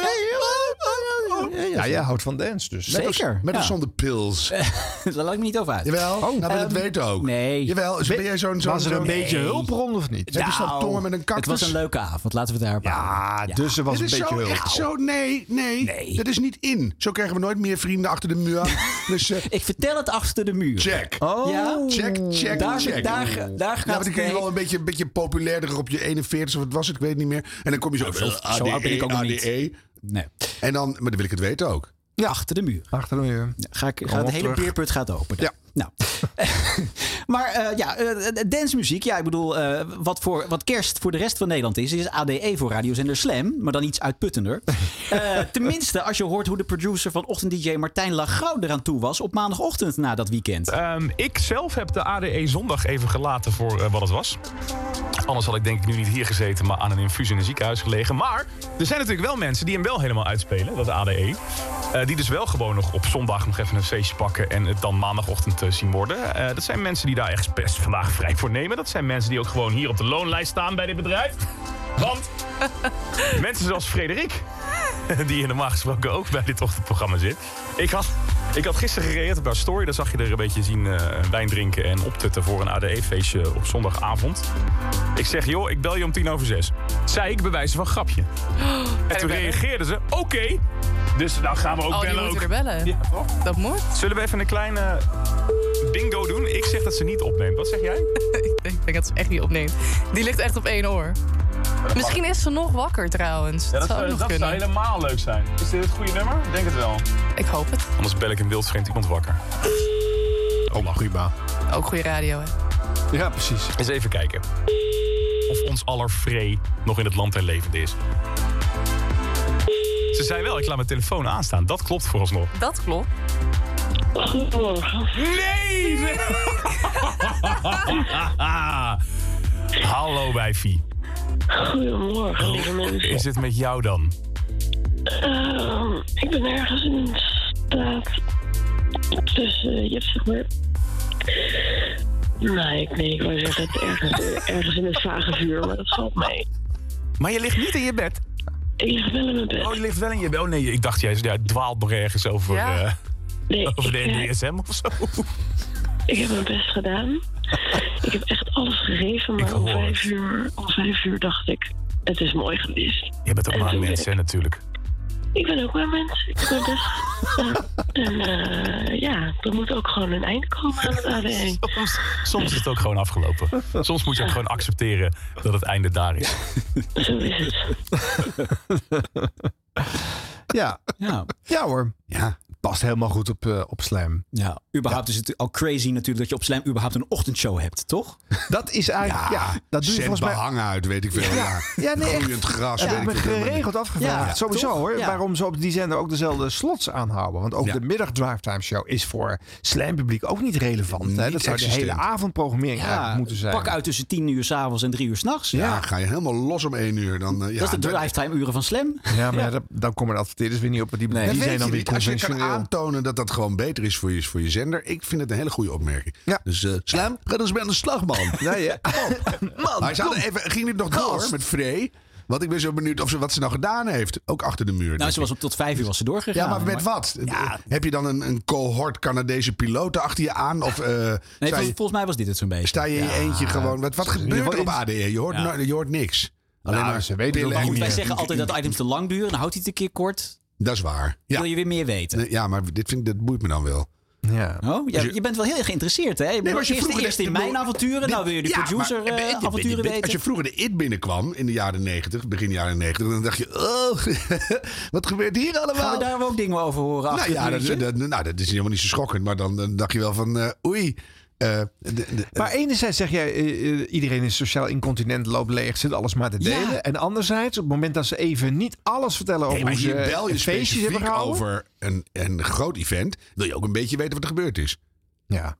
jij houdt van dance dus. Zeker. Met of zonder pils? Daar laat ik me niet over uit. Jawel, nou wil het weten ook. Nee. Jawel, ben jij zo'n... Was er een beetje hulpbron of niet? Heb je zo'n tongen met een cactus? Het was een leuke avond, laten we het daarop houden. Dus er was een beetje hulp. Echt zo, nee. Dat is niet in. Zo krijgen we nooit meer vrienden achter de muur. Dus, ik vertel het achter de muur. Check. Oh. Ja? Check. Daar gaat dan kun je wel een beetje populairder op je 41 of wat was het, ik weet het niet meer. En dan kom je zo oud ben ik ook nog niet. Nee. En dan, maar dan wil ik het weten ook. Ja, achter de muur. Achter de muur. De hele beerput gaat open. Ja. Nou. Maar dancemuziek. Ja, ik bedoel, wat kerst voor de rest van Nederland is ADE voor radiozender Slam. Maar dan iets uitputtender. Tenminste, als je hoort hoe de producer van ochtend-dj Martijn Lagrouw eraan toe was op maandagochtend na dat weekend. Ik zelf heb de ADE zondag even gelaten voor wat het was. Anders had ik denk ik nu niet hier gezeten, maar aan een infuus in een ziekenhuis gelegen. Maar er zijn natuurlijk wel mensen die hem wel helemaal uitspelen, dat ADE. Die dus wel gewoon nog op zondag nog even een feestje pakken en het dan maandagochtend zien worden. Dat zijn mensen die daar echt best vandaag vrij voor nemen. Dat zijn mensen die ook gewoon hier op de loonlijst staan bij dit bedrijf. Want mensen zoals Frederik, die in normaal gesproken ook bij dit ochtendprogramma zit. Ik had gisteren gereageerd op haar story. Daar zag je er een beetje zien wijn drinken en optutten voor een ADE-feestje op zondagavond. Ik zeg, joh, ik bel je om 5:50. Zei ik bij wijze van grapje. En toen reageerde ze, oké. Dus nou gaan we ook bellen. Die moeten er bellen. Ja, toch? Dat moet. Zullen we even een kleine bingo doen? Ik zeg dat ze niet opneemt. Wat zeg jij? Ik denk dat ze echt niet opneemt. Die ligt echt op 1 oor. Misschien is ze nog wakker trouwens. Ja, dat zou helemaal leuk zijn. Is dit het goede nummer? Ik denk het wel. Ik hoop het. Anders bel ik een wildvreemd iemand wakker. Oh, prima. Ook goede radio, hè? Ja, precies. Eens even kijken. Of ons aller Free nog in het land der levende is. Ze zei wel, ik laat mijn telefoon aanstaan. Dat klopt vooralsnog. Dat klopt. Nee! Hallo, wijfie. Goedemorgen, lieve mensen. Hoe is het met jou dan? Ik ben ergens in staat Dus je hebt zeg maar... Nee, ik wou zeggen ergens in het vage vuur, maar dat valt mee. Maar je ligt niet in je bed? Ik lig wel in mijn bed. Oh, je ligt wel in je bed? Oh nee, ik dacht jij dwaalt nog ergens over, over de NDSM of zo. Ik heb mijn best gedaan. Ik heb echt alles gegeven, maar om 5 uur dacht ik, het is mooi geweest. Je bent ook maar een mens, hè, natuurlijk. Ik ben ook maar een mens. Ik heb mijn best gedaan. En er moet ook gewoon een einde komen aan het ADE. Soms is het ook gewoon afgelopen. Soms moet je ook gewoon accepteren dat het einde daar is. Zo is het. Ja hoor. Ja. Past helemaal goed op Slam. Ja, überhaupt is het al crazy natuurlijk dat je op Slam überhaupt een ochtendshow hebt, toch? Dat is eigenlijk, dat doe je volgens mij... behangen uit, weet ik veel. Ja, nee, groeiend gras, weet ik me geregeld afgevraagd. Ja, sowieso toch? hoor, Ja. waarom ze op die zender ook dezelfde slots aanhouden. Want ook de middag drivetime show is voor Slam publiek ook niet relevant. Hè? Dat zou de hele avondprogrammering eigenlijk moeten zijn. Pak uit tussen 10 uur 's avonds en 3 uur 's nachts. Ja, ga je helemaal los om 1 uur. Dan, dat is de drivetime uren van Slam. Ja, maar dan komen de adverteerders weer niet op. Die zijn dan weer als je kan conventioneel. aantonen dat dat gewoon beter is voor je zender. Ik vind het een hele goede opmerking. Ja. Dus Slam, ga eens met een slag, man. Man, ging dit nog door met Frey? Want ik ben zo benieuwd wat ze nou gedaan heeft. Ook achter de muur. Nou, ze was tot 5 uur was ze doorgegaan. Ja, maar met wat? Ja. Heb je dan een cohort Canadese piloten achter je aan? Of, volgens mij was dit het zo'n beetje. Sta je in je eentje gewoon... Wat gebeurt er op ADE? Je hoort niks. Alleen maar ze weten het niet. Wij zeggen altijd dat items te lang duren. Dan houdt hij het een keer kort. Dat is waar. Wil je weer meer weten? Ja, maar dit boeit me dan wel. Ja. Oh, je bent wel heel erg geïnteresseerd, hè? Eerst in mijn avonturen, nou wil je de producer-avonturen weten. Als je vroeger de IT binnenkwam in de jaren 90, begin jaren 90, dan dacht je, wat gebeurt hier allemaal? Gaan we daar ook dingen over horen? Dat is helemaal niet zo schokkend, maar dan dacht je wel van, oei. Maar enerzijds zeg jij, iedereen is sociaal incontinent, loopt leeg, zit alles maar te delen. Ja. En anderzijds, op het moment dat ze even niet alles vertellen over hoe ze feestjes hebben gehouden. Over een groot event, wil je ook een beetje weten wat er gebeurd is. Ja.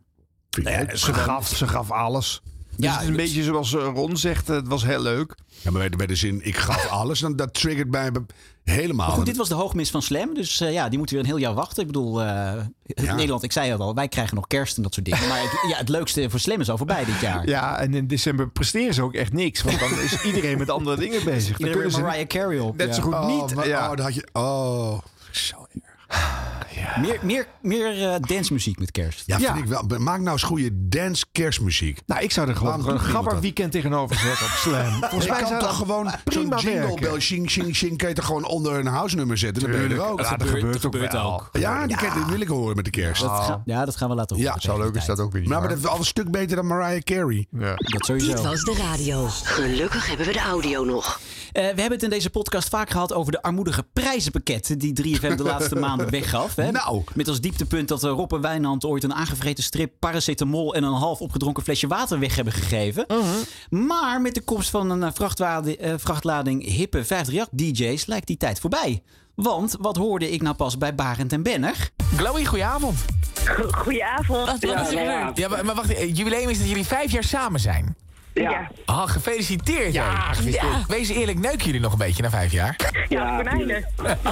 Ze gaf alles. Dus Ja, het is een beetje zoals Ron zegt, het was heel leuk. Ja, maar bij de zin, ik gaf alles, dan dat triggert mij helemaal. Maar goed, dit was de hoogmis van Slam, dus die moeten weer een heel jaar wachten. Ik bedoel, Nederland, ik zei het al, wij krijgen nog kerst en dat soort dingen. Maar het leukste voor Slam is al voorbij dit jaar. Ja, en in december presteren ze ook echt niks. Want dan is iedereen met andere dingen bezig. Iedereen met Mariah Carey op. Net zo goed niet. Dan had je... zo erg. Ja. Meer dancemuziek met kerst. Ja, vind ik wel. Maak nou eens goede dance-kerstmuziek. Nou, ik zou er gewoon een gabberweekend tegenover zetten op Slam. Volgens mij kan toch gewoon zo'n jingle bell, shing, shing, shing, kan je toch gewoon onder een house nummer zetten. Dat ben je er ook. Dat gebeurt ook wel. Ja, die wil ik horen met de kerst. Dat gaan we laten horen. Ja, zo leuk is dat ook weer niet. Maar dat is al een stuk beter dan Mariah Carey. Ja. Dat sowieso. Dit was de radio. Gelukkig hebben we de audio nog. We hebben het in deze podcast vaak gehad over de armoedige prijzenpakketten die 3FM de laatste maanden weggaf. Hè? Nou. Met als dieptepunt dat Rob en Wijnand ooit een aangevreten strip, paracetamol en een half opgedronken flesje water weg hebben gegeven. Maar met de komst van een vrachtlading hippe 538-dj's lijkt die tijd voorbij. Want wat hoorde ik nou pas bij Barend en Benner? Chloe, goedenavond. Goedenavond. Wat is er gebeurd? Ja, maar wacht, het jubileum is dat jullie 5 jaar samen zijn. Ja. Oh, gefeliciteerd. Ja, gefeliciteerd. Ja. Wees eerlijk, neuken jullie nog een beetje na 5 jaar? Ja, konijnen.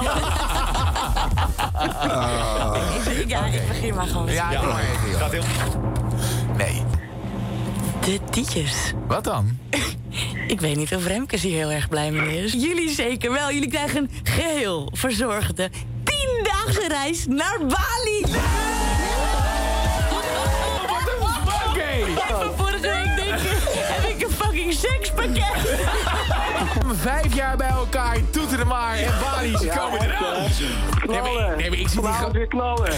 Ik begin maar gewoon. Ja, gaat heel... Nee. De tietjes. Wat dan? Ik weet niet of Remkes hier heel erg blij mee is. Jullie zeker wel. Jullie krijgen een geheel verzorgde 10-daagse reis naar Bali. Van vorige week heb ik een fucking sekspakket. 5 jaar bij elkaar, toeteren maar en Bali, ze komen eraan. Knallen. Nee, maar ik zie niet weer knallen.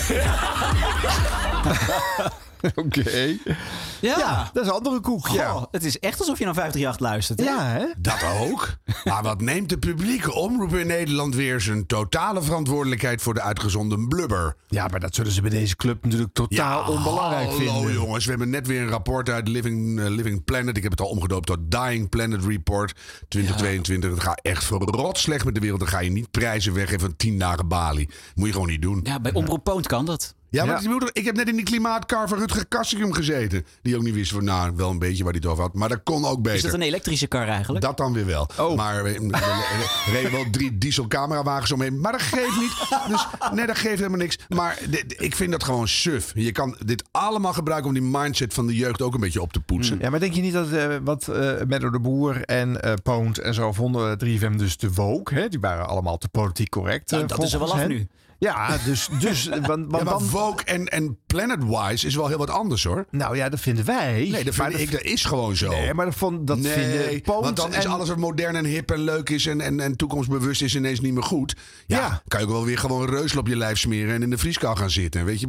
Oké. Ja, dat is een andere koek. Goh, het is echt alsof je naar 538 luistert. Hè? Ja, hè? Dat ook. Maar wat neemt de publieke omroep in Nederland weer zijn totale verantwoordelijkheid voor de uitgezonden blubber? Ja, maar dat zullen ze bij deze club natuurlijk totaal onbelangrijk vinden. Hallo jongens, we hebben net weer een rapport uit Living Planet. Ik heb het al omgedoopt tot Dying Planet Report 2022. Het gaat echt verrot slecht met de wereld. Dan ga je niet prijzen weggeven van 10 dagen Bali. Moet je gewoon niet doen. Ja, bij Omroep Poont kan dat. Ja, maar ik heb net in die klimaatcar van Rutger Kastrikum gezeten. Die ook niet wist van, wel een beetje waar hij het over had. Maar dat kon ook beter. Is dat een elektrische kar eigenlijk? Dat dan weer wel. Oh. Maar er reden wel 3 dieselcamerawagens omheen. Maar dat geeft niet. Dus nee, dat geeft helemaal niks. Maar ik vind dat gewoon suf. Je kan dit allemaal gebruiken om die mindset van de jeugd ook een beetje op te poetsen. Ja, maar denk je niet dat wat Menno de Boer en Poont en zo vonden 3FM dus te woke? Hè? Die waren allemaal te politiek correct. Dat is er wel af nu. Ja, dus maar woke en planet-wise is wel heel wat anders, hoor. Nou ja, dat vinden wij. Nee, dat vind ik. Dat is gewoon zo. Nee, maar dat vinden Poont. Want dan is alles wat modern en hip en leuk is en toekomstbewust is ineens niet meer goed. Ja, kan je ook wel weer gewoon een reusel op je lijf smeren en in de vrieskou gaan zitten. Weet je,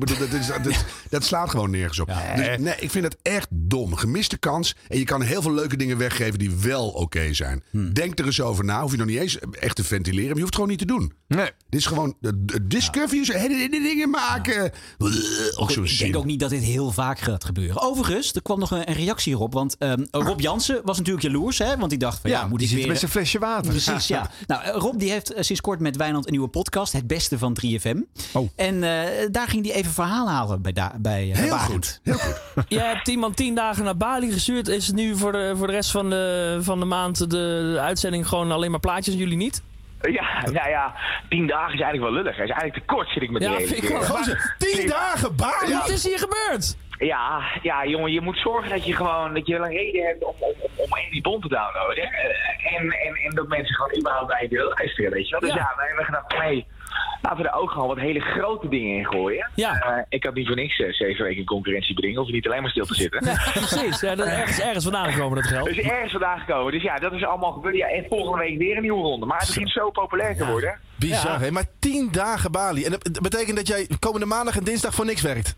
dat slaat gewoon nergens op. Ja, dus nee, ik vind het echt dom. Gemiste kans. En je kan heel veel leuke dingen weggeven die wel oké zijn. Denk er eens over na. Hoef je nog niet eens echt te ventileren. Maar je hoeft het gewoon niet te doen. Nee. Dit is gewoon discovery, hele dingen maken. Ik denk ook niet dat dit heel vaak gaat gebeuren. Overigens, er kwam nog een reactie hierop. Want Rob Jansen was natuurlijk jaloers. Hè, want die dacht van moet die hij zit met zijn flesje water. Precies, ja. Nou, Rob die heeft sinds kort met Wijnand een nieuwe podcast. Het beste van 3FM. Oh. En daar ging hij even verhaal halen bij heel goed. Heel goed. Je hebt iemand 10 dagen naar Bali gestuurd. Is het nu voor de rest van de maand de uitzending gewoon alleen maar plaatjes en jullie niet? Ja, nou ja, 10 dagen is eigenlijk wel lullig. Hij is eigenlijk te kort, zit ik met die hele keer. 10 dagen, Bali? Wat is hier gebeurd? Ja, jongen, je moet zorgen dat je wel een reden hebt om die bon te downloaden. En dat mensen gewoon überhaupt bij je willen luisteren, weet je wel. Dus wij hebben gedacht, laten we er ook gewoon wat hele grote dingen in gooien. Ja. Ik had niet voor niks 7 weken in concurrentie bedingen. Hoef je niet alleen maar stil te zitten. Nee, precies. Ja, dat is ergens vandaan gekomen, dat geld. Dus ergens vandaan gekomen. Dus ja, dat is allemaal gebeurd. Ja, en volgende week weer een nieuwe ronde. Maar het begint zo populair te worden. Bizar, hè? Maar 10 dagen Bali. En dat betekent dat jij komende maandag en dinsdag voor niks werkt?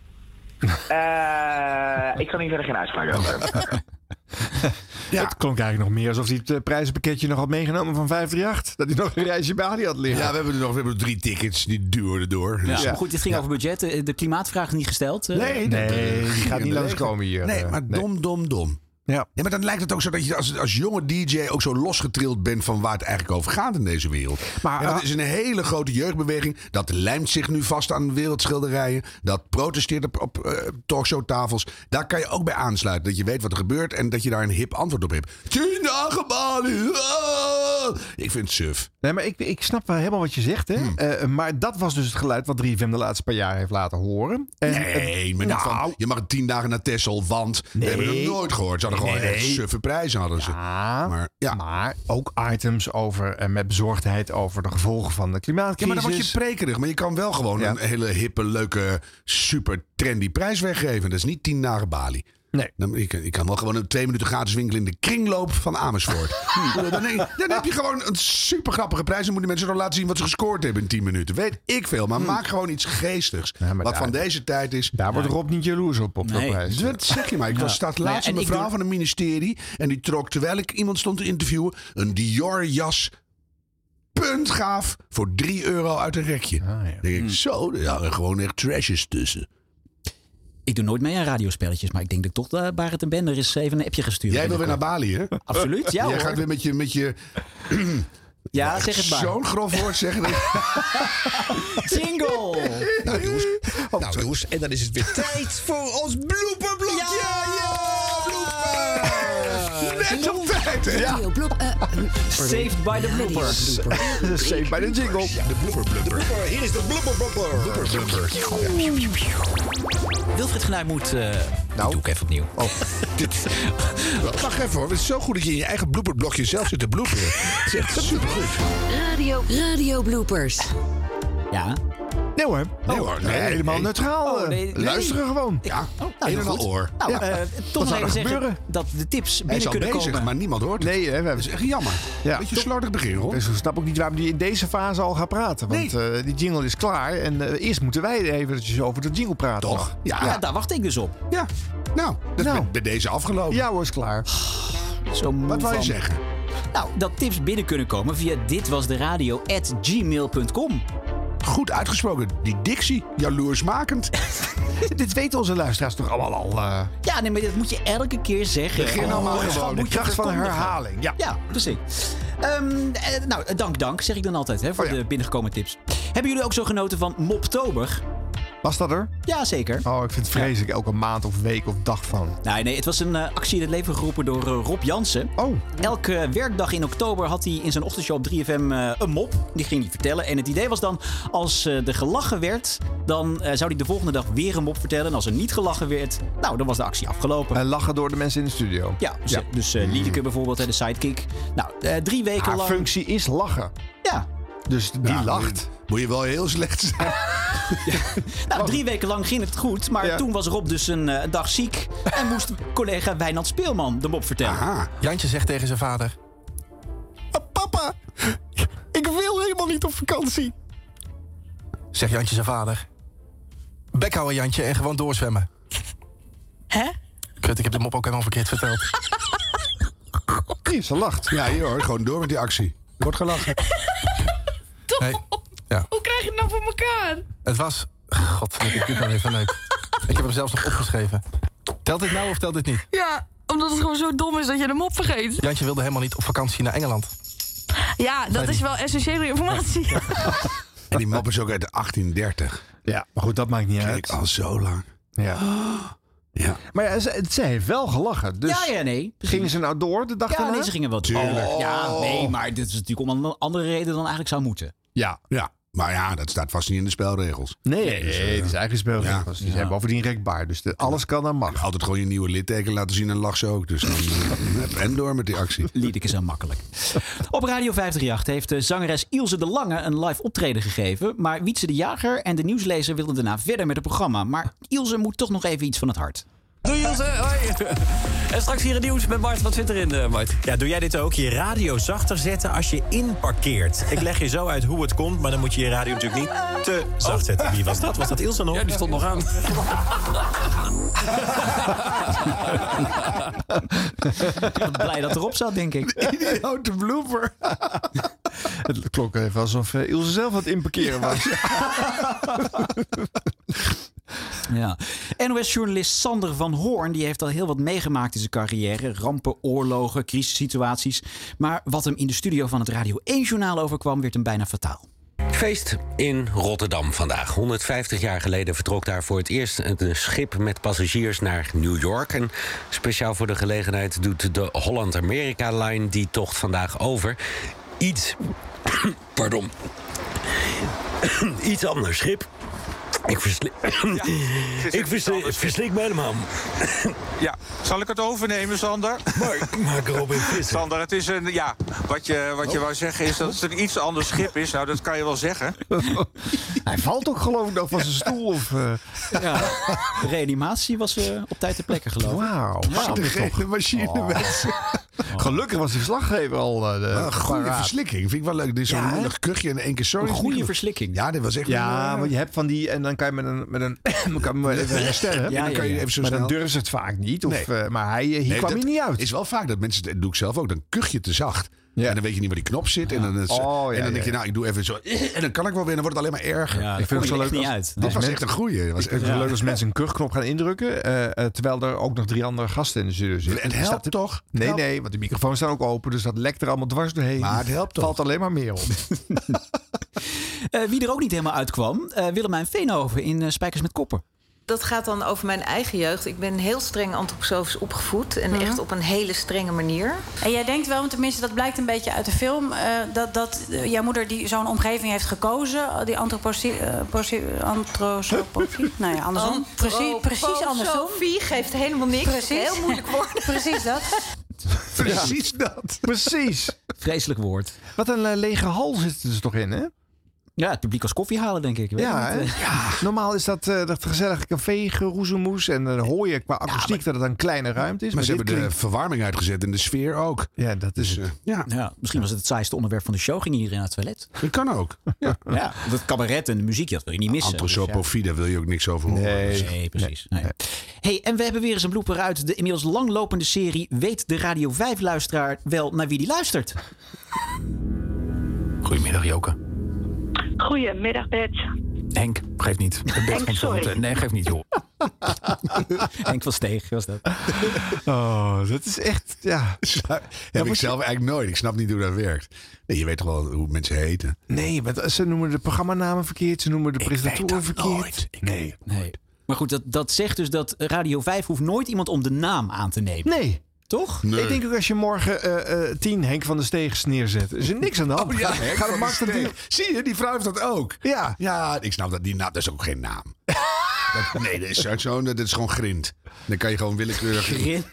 Ik kan hier verder geen uitspraak over. Het klonk eigenlijk nog meer alsof hij het prijzenpakketje nog had meegenomen van 538. Dat hij nog een reisje Bali had liggen. Ja, we hebben 3 tickets, die duwen erdoor. Ja. Dus. Maar goed, dit ging over budget. De klimaatvraag is niet gesteld. Nee, die gaat niet langskomen hier. Nee, maar dom. Ja, maar dan lijkt het ook zo dat je als jonge DJ ook zo losgetrild bent van waar het eigenlijk over gaat in deze wereld. Maar dat is een hele grote jeugdbeweging. Dat lijmt zich nu vast aan wereldschilderijen. Dat protesteert op talkshowtafels. Daar kan je ook bij aansluiten. Dat je weet wat er gebeurt en dat je daar een hip antwoord op hebt. 10 dagen Bali. Ik vind het suf. Nee, maar ik snap wel helemaal wat je zegt. Hè? Maar dat was dus het geluid wat 3FM de laatste paar jaar heeft laten horen. Nee, maar niet van, je mag 10 dagen naar Texel, want we hebben het nooit gehoord. Ze hadden gewoon echt suffe prijzen. Hadden ze. Maar ook items over met bezorgdheid over de gevolgen van de klimaatcrisis. Ja, maar dan word je prekerig. Maar je kan wel gewoon een hele hippe, leuke, super trendy prijs weggeven. Dat is niet 10 dagen Bali. Nee. Ik kan wel gewoon 2 minuten gratis winkelen in de kringloop van Amersfoort. Dan heb je gewoon een super grappige prijs. Dan moeten mensen nog laten zien wat ze gescoord hebben in 10 minuten. Weet ik veel. Maar maak gewoon iets geestigs. Ja, wat van deze tijd is. Daar wordt Rob niet jaloers op de prijs. Dat zeg je maar. Ik was laatst een mevrouw van een ministerie. En die trok, terwijl ik iemand stond te interviewen, een Dior jas puntgaaf voor €3 uit een rekje. Denk ik, zo, er hangen gewoon echt trashes tussen. Ik doe nooit mee aan radiospelletjes, maar ik denk dat toch Barend en Bender is even een appje gestuurd. Jij wil weer naar Bali, hè? Absoluut, ja. Jij gaat weer met je ja, zeg het maar. Zo'n grof woord zeggen. Jingle! Nou jongens, en dan is het weer tijd voor ons blooperblokje! Ja! Net op tijd, hè? Ja. Saved by the bloopers. Saved by the jingle. De blooper. Hier is de blooper. Wilfried Genuij moet... doe ik even opnieuw. Wacht even hoor. Het is zo goed dat je in je eigen blooperblokje zelf zit te bloeperen. Het is echt supergoed. Radio bloopers. Ja. Nee hoor. Nee, helemaal neutraal. Luisteren gewoon. Een en al oor. Toch nog even zeggen dat de tips binnen kunnen komen. Hij is al bezig, maar niemand hoort het. Nee, dat is echt jammer. Beetje slordig begin, hoor. Dus ik snap ook niet waarom die in deze fase al gaat praten. Want die jingle is klaar. En eerst moeten wij eventjes over de jingle praten. Toch? Ja, daar wacht ik dus op. Ja. Nou, dat is bij deze afgelopen. Ja hoor, is klaar. Wat wou je zeggen? Nou, dat tips binnen kunnen komen via ditwasderadio@gmail.com. Goed uitgesproken. Die dictie, jaloersmakend. Dit weten onze luisteraars toch allemaal al? Ja, nee, maar dat moet je elke keer zeggen. Begin allemaal gewoon. De kracht van herhaling. Ja, precies. Dank, zeg ik dan altijd, hè, voor de binnengekomen tips. Hebben jullie ook zo genoten van Moptober? Was dat er? Ja, zeker. Oh, ik vind het vreselijk. Elke maand of week of dag van. Nee, het was een actie in het leven geroepen door Rob Jansen. Oh. Elke werkdag in oktober had hij in zijn ochtendshow op 3FM een mop. Die ging hij vertellen. En het idee was dan, als er gelachen werd, dan zou hij de volgende dag weer een mop vertellen. En als er niet gelachen werd, nou, dan was de actie afgelopen. En lachen door de mensen in de studio. Ja, dus Liedeke bijvoorbeeld, de sidekick. Nou, 3 weken lang... Haar functie is lachen. Ja. Dus die lacht. Moet je wel heel slecht zijn. Nou, 3 weken lang ging het goed. Maar toen was Rob dus een dag ziek. En moest collega Wijnand Speelman de mop vertellen. Aha. Jantje zegt tegen zijn vader... Papa, ik wil helemaal niet op vakantie. Zegt Jantje zijn vader... Bek houden, Jantje, en gewoon doorzwemmen. Hè? Kut, ik heb de mop ook helemaal verkeerd verteld. Ze lacht. Ja, hier hoor, gewoon door met die actie. Wordt gelachen. Hey, ja. Hoe krijg je het nou voor elkaar? Het was... God, ik doe het even leuk. Ik heb hem zelfs nog opgeschreven. Telt dit nou of telt dit niet? Ja, omdat het gewoon zo dom is dat je de mop vergeet. Jantje wilde helemaal niet op vakantie naar Engeland. Ja, dat is wel essentiële informatie. En die mop is ook uit de 1830. Ja, maar goed, dat maakt niet uit. Al zo lang. Ja. Ja. Maar ja, ze heeft wel gelachen. Dus nee. Gingen ze nou door de dag daarna? Nee, ze gingen wel door. Ja, nee, maar dit is natuurlijk om een andere reden dan eigenlijk zou moeten. Ja. Maar ja, dat staat vast niet in de spelregels. Nee, het is eigen spelregels. Die zijn bovendien rekbaar. Dus alles kan en mag. Altijd gewoon je nieuwe litteken laten zien en lach ze ook. Dus dan en door met die actie. Liedeke zo makkelijk. Op Radio 538 heeft zangeres Ilse de Lange een live optreden gegeven. Maar Wietse de Jager en de nieuwslezer wilden daarna verder met het programma. Maar Ilse moet toch nog even iets van het hart. Doei Ilse, hoi. En straks hier het nieuws met Mart. Wat vindt erin, Mart? Ja, doe jij dit ook? Je radio zachter zetten als je inparkeert. Ik leg je zo uit hoe het komt, maar dan moet je je radio natuurlijk niet te zacht zetten. Wie was dat? Was dat Ilse nog? Ja, die stond nog aan. Ik ben blij dat erop zat, denk ik. Idiote blooper. Het klonk even alsof Ilse zelf aan het inparkeren was. Ja. NOS-journalist Sander van Hoorn die heeft al heel wat meegemaakt in zijn carrière. Rampen, oorlogen, crisissituaties. Maar wat hem in de studio van het Radio 1-journaal overkwam, werd hem bijna fataal. Feest in Rotterdam vandaag. 150 jaar geleden vertrok daar voor het eerst een schip met passagiers naar New York. En speciaal voor de gelegenheid doet de Holland-America-line die tocht vandaag over. Iets anders schip. Ik verslik me helemaal. Ja, zal ik het overnemen, Sander? Maak erop in vissen. Sander, het is een, ja, wat je wou zeggen is dat het een iets ander schip is. Nou, dat kan je wel zeggen. Hij valt ook geloof ik nog van zijn stoel. Of, Ja, de reanimatie was op tijd ter plekke geloof ik. Wauw. De machine mensen. Gelukkig was die verslaggever al een goede verslikking. Vind ik wel leuk. Dit is zo'n lullig kuchje en 1 keer zo. Een goede verslikking. Ja, dit was echt... Ja, want je hebt van die... En dan kan je met een kan je even herstellen. Ja, dan kan je even zo maar snel... dan durven ze het vaak niet. Of, Nee. maar hier kwam hij niet uit. Is wel vaak dat mensen... Dat doe ik zelf ook. Dan kuch je te zacht. Ja. En dan weet je niet waar die knop zit. En dan, denk je, nou, ik doe even zo... En dan kan ik wel weer. En dan wordt het alleen maar erger. Ja, ik vind het zo leuk niet uit. Dit was echt een goeie. Ik vind het zo leuk als mensen een kuchknop gaan indrukken. Terwijl er ook nog 3 andere gasten in de studio zitten. En het helpt toch? Nee, want de microfoons staan ook open. Dus dat lekt er allemaal dwars doorheen. Maar het helpt toch? Valt alleen maar meer op. Wie er ook niet helemaal uitkwam, Willemijn Veenhoven in Spijkers met Koppen. Dat gaat dan over mijn eigen jeugd. Ik ben heel streng antroposofisch opgevoed. En echt op een hele strenge manier. En jij denkt wel, want tenminste dat blijkt een beetje uit de film... dat jouw moeder die zo'n omgeving heeft gekozen. Die antroposofie. Nou ja, andersom. Precies andersom. Sophie geeft helemaal niks. Precies. Heel moeilijk woord. Precies dat. Precies dat. Precies. Vreselijk woord. Wat een lege hal zit er dus toch in, hè? Ja, het publiek als koffie halen, denk ik. Ja, normaal is dat gezellige café geroezemoes. En dan hoor je qua akoestiek dat het een kleine ruimte is. Maar ze hebben de verwarming uitgezet en de sfeer ook. Ja, dat is... Ja, misschien was het saaiste onderwerp van de show. Ging iedereen naar het toilet? Dat kan ook. Ja, dat cabaret en de muziek, dat wil je niet missen. Antroposofie, daar wil je ook niks over horen. Nee, precies. Nee. Hey, en we hebben weer eens een blooper uit de inmiddels langlopende serie... Weet de Radio 5-luisteraar wel naar wie die luistert? Goedemiddag, Joke. Goedemiddag, Bert. Henk, geef niet. Henk, sorry. Nee, geef niet, joh. Henk van Steeg was dat. Oh, dat is echt, ja. Heb ik zelf eigenlijk nooit. Ik snap niet hoe dat werkt. Nee, je weet toch wel hoe mensen heten? Nee, ze noemen de programmanamen verkeerd. Ze noemen de presentatoren verkeerd. Nee. Maar goed, dat zegt dus dat Radio 5 hoeft nooit iemand om de naam aan te nemen. Nee. Toch? Nee. Ik denk ook als je morgen 10 Henk van der Steegs neerzet, is er niks aan de hand. Oh ja, Ga de markt zie je, die vrouw heeft dat ook. Ja. Ja, ik snap dat. Die naam, dat is ook geen naam. Nee, dat is gewoon grind. Dan kan je gewoon willekeurig... Grind?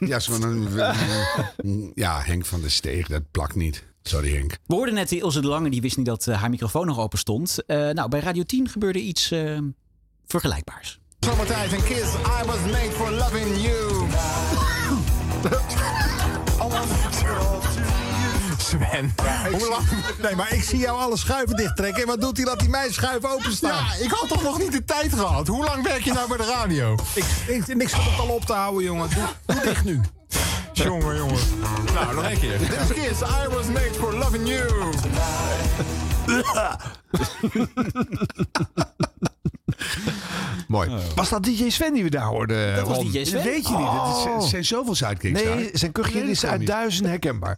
Ja, Henk van der Steeg, dat plakt niet. Sorry, Henk. We hoorden net Ilse de Lange, die wist niet dat haar microfoon nog open stond. Nou, bij Radio 10 gebeurde iets vergelijkbaars. Zomertijd en Kiss, I was made for loving you. Sven. Hoe lang? Nee, maar ik zie jou alle schuiven dichttrekken. En wat doet hij? Laat hij mijn schuif openstaan. Ja, ik had toch nog niet de tijd gehad. Hoe lang werk je nou bij de radio? Ik zat het al op te houden, jongen. Doe dicht nu. Jongen. Nou, nog een keer. Dit is Kiss, I was made for loving you. Mooi. Was dat DJ Sven die we daar hoorden? Dat was DJ Sven? Dat weet je niet. Er zijn zoveel sidekicks. Nee, zijn kuchje is uit 1000 herkenbaar.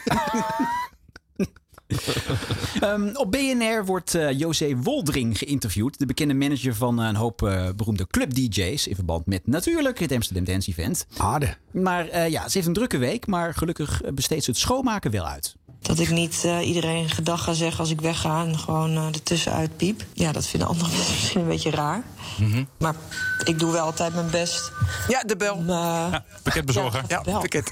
Op BNR wordt José Woldring geïnterviewd. De bekende manager van een hoop beroemde club-DJ's. In verband met natuurlijk het Amsterdam Dance Event. Maar ze heeft een drukke week. Maar gelukkig besteedt ze het schoonmaken wel uit. Dat ik niet iedereen gedag ga zeggen als ik wegga en gewoon ertussenuit piep. Ja, dat vinden andere mensen misschien een beetje raar. Maar ik doe wel altijd mijn best. Ja, de bel. Pakketbezorger. Ja, pakket.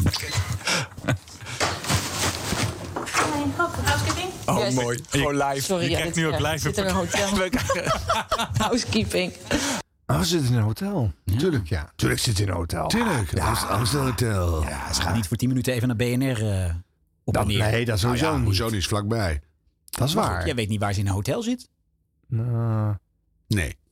Oh, yes. Mooi. Gewoon live. Sorry, je krijgt nu ook live. Zit in een hotel. Housekeeping. Ze zit in een hotel. Ja. Tuurlijk, ja. Tuurlijk zit ze in een hotel. Tuurlijk, Amsterdam Hotel. Ja, ze gaat niet voor 10 minuten even naar BNR op en neer. Nee, dat sowieso niet. Hoezo niet, is vlakbij. Dat is waar. Jij weet niet waar ze in een hotel zit? Nee.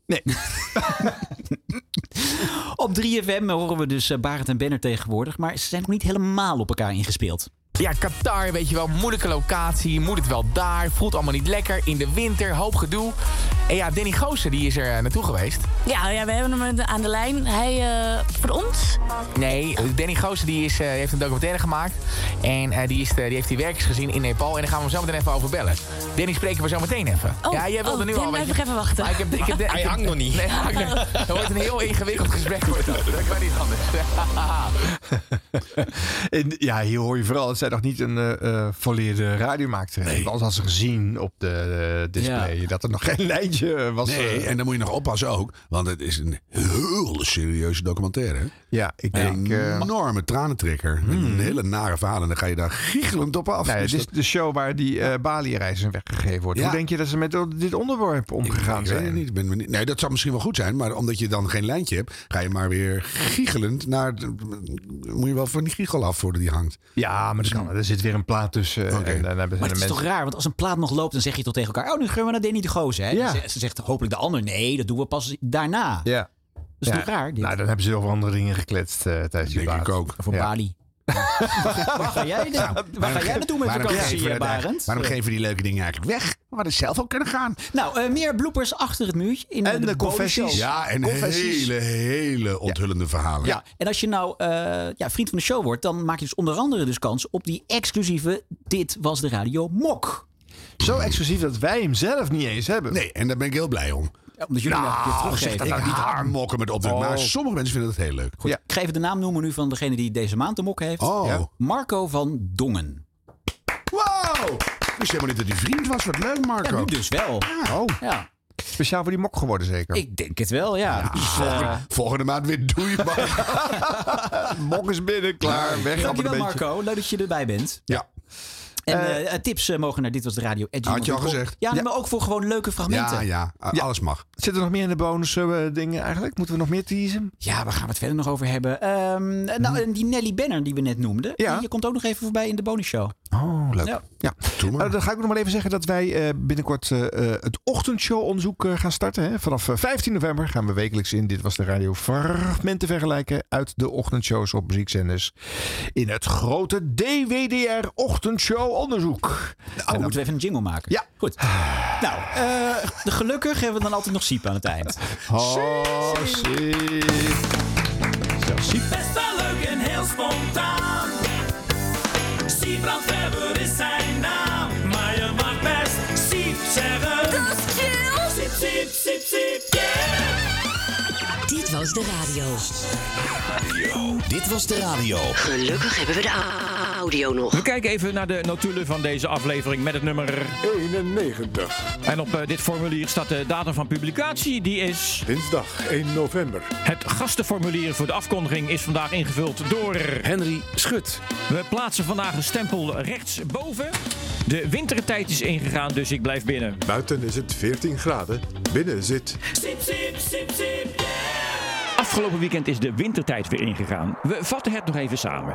Op 3FM horen we dus Barend en Benner tegenwoordig. Maar ze zijn nog niet helemaal op elkaar ingespeeld. Ja, Qatar, weet je wel, moeilijke locatie. Moet het wel daar, voelt allemaal niet lekker. In de winter, hoop gedoe. En ja, Danny Goosen, die is er naartoe geweest. Ja, we hebben hem aan de lijn. Hij, voor ons? Nee, Danny Goosen die heeft een documentaire gemaakt. En die heeft die werkers gezien in Nepal. En daar gaan we hem zo meteen even over bellen. Danny spreken we zo meteen even. Ja, jij wilde nu al. Even wachten. Hij hangt nog niet. Nee, dat wordt een heel ingewikkeld gesprek. Dat kan niet anders. Ja, hier hoor je vooral. Het zijn nog niet een volledige radiomaakter. Nee. Als had ze gezien op de display dat er nog geen lijntje was. Nee, en dan moet je nog oppassen ook. Want het is een heel serieuze documentaire. Hè? Ja, ik denk... Een enorme tranentrekker. Met een hele nare verhaal. En dan ga je daar giechelend op af. Nee, dus dit is de show waar die Bali-reis in weggegeven wordt. Ja. Hoe denk je dat ze met dit onderwerp omgegaan zijn? Ik weet het niet. Nee, dat zou misschien wel goed zijn. Maar omdat je dan geen lijntje hebt, ga je maar weer giechelend naar... Moet je wel van die giechel af voordat die hangt. Ja, maar dat kan. Er zit weer een plaat tussen. Okay. En dan hebben maar het is toch raar? Want als een plaat nog loopt, dan zeg je toch tegen elkaar... nu gaan we naar Danny de Goosen. Hè? Ja. Ze zegt hopelijk de ander. Nee, dat doen we pas daarna. Ja. Dat is toch raar? Dit? Nou, dan hebben ze over andere dingen gekletst tijdens die plaat. Ik ook. Voor Bali. Waar ga jij naartoe met vakantie, Barend? Waarom geven die leuke dingen eigenlijk weg? We hadden zelf ook kunnen gaan. Nou, meer bloopers achter het muurtje. En de confessies. Ja, en hele onthullende verhalen. Ja, en als je nou vriend van de show wordt... dan maak je dus onder andere dus kans op die exclusieve... Dit was de Radio Mok. Zo exclusief dat wij hem zelf niet eens hebben. Nee, en daar ben ik heel blij om. Ja, omdat jullie dat teruggeven. Ik niet haar mokken met opdracht. Maar sommige mensen vinden dat heel leuk. Goed, ik ga even de naam noemen nu van degene die deze maand de mok heeft. Ja. Marco van Dongen. Wow! Ik wist helemaal niet dat hij vriend was. Wat leuk, Marco. Ja, nu dus wel. Ja. Speciaal voor die mok geworden zeker? Ik denk het wel, ja. Dus, volgende maand weer doei, mok is binnen, klaar. Weg. Dankjewel, Marco. Leuk dat je erbij bent. Ja. En tips mogen naar Dit Was De Radio. Had je al gezegd. Ja, maar ook voor gewoon leuke fragmenten. Ja, alles mag. Zit er nog meer in de bonus dingen eigenlijk? Moeten we nog meer teasen? Ja, waar gaan we het verder nog over hebben? Nou, die Nelly Benner die we net noemden. Die komt ook nog even voorbij in de bonusshow. Oh, leuk. Ja. Dan ga ik nog maar even zeggen dat wij binnenkort het ochtendshow-onderzoek gaan starten. Hè. Vanaf 15 november gaan we wekelijks in Dit Was De Radio fragmenten vergelijken uit de ochtendshows op muziekzenders. In het grote DWDR ochtendshow onderzoek. Dan moeten we even een jingle maken. Ja. Goed. Nou, gelukkig hebben we dan altijd nog Siep aan het eind. Siep. Siep. Best wel leuk en heel spontaan. Siep Brandweber is zijn naam. Maar je mag best Siep zeggen. Dat is chill. Siep, Siep, Siep, Siep, yeah. Dit was de radio. Dit was de radio. Gelukkig hebben we de audio nog. We kijken even naar de notulen van deze aflevering met het nummer 91. En op dit formulier staat de datum van publicatie. Die is dinsdag 1 november. Het gastenformulier voor de afkondiging is vandaag ingevuld door Henry Schut. We plaatsen vandaag een stempel rechtsboven. De wintertijd is ingegaan, dus ik blijf binnen. Buiten is het 14 graden. Binnen zit... Siep, Siep, Siep, Siep, yeah. Afgelopen weekend is de wintertijd weer ingegaan. We vatten het nog even samen.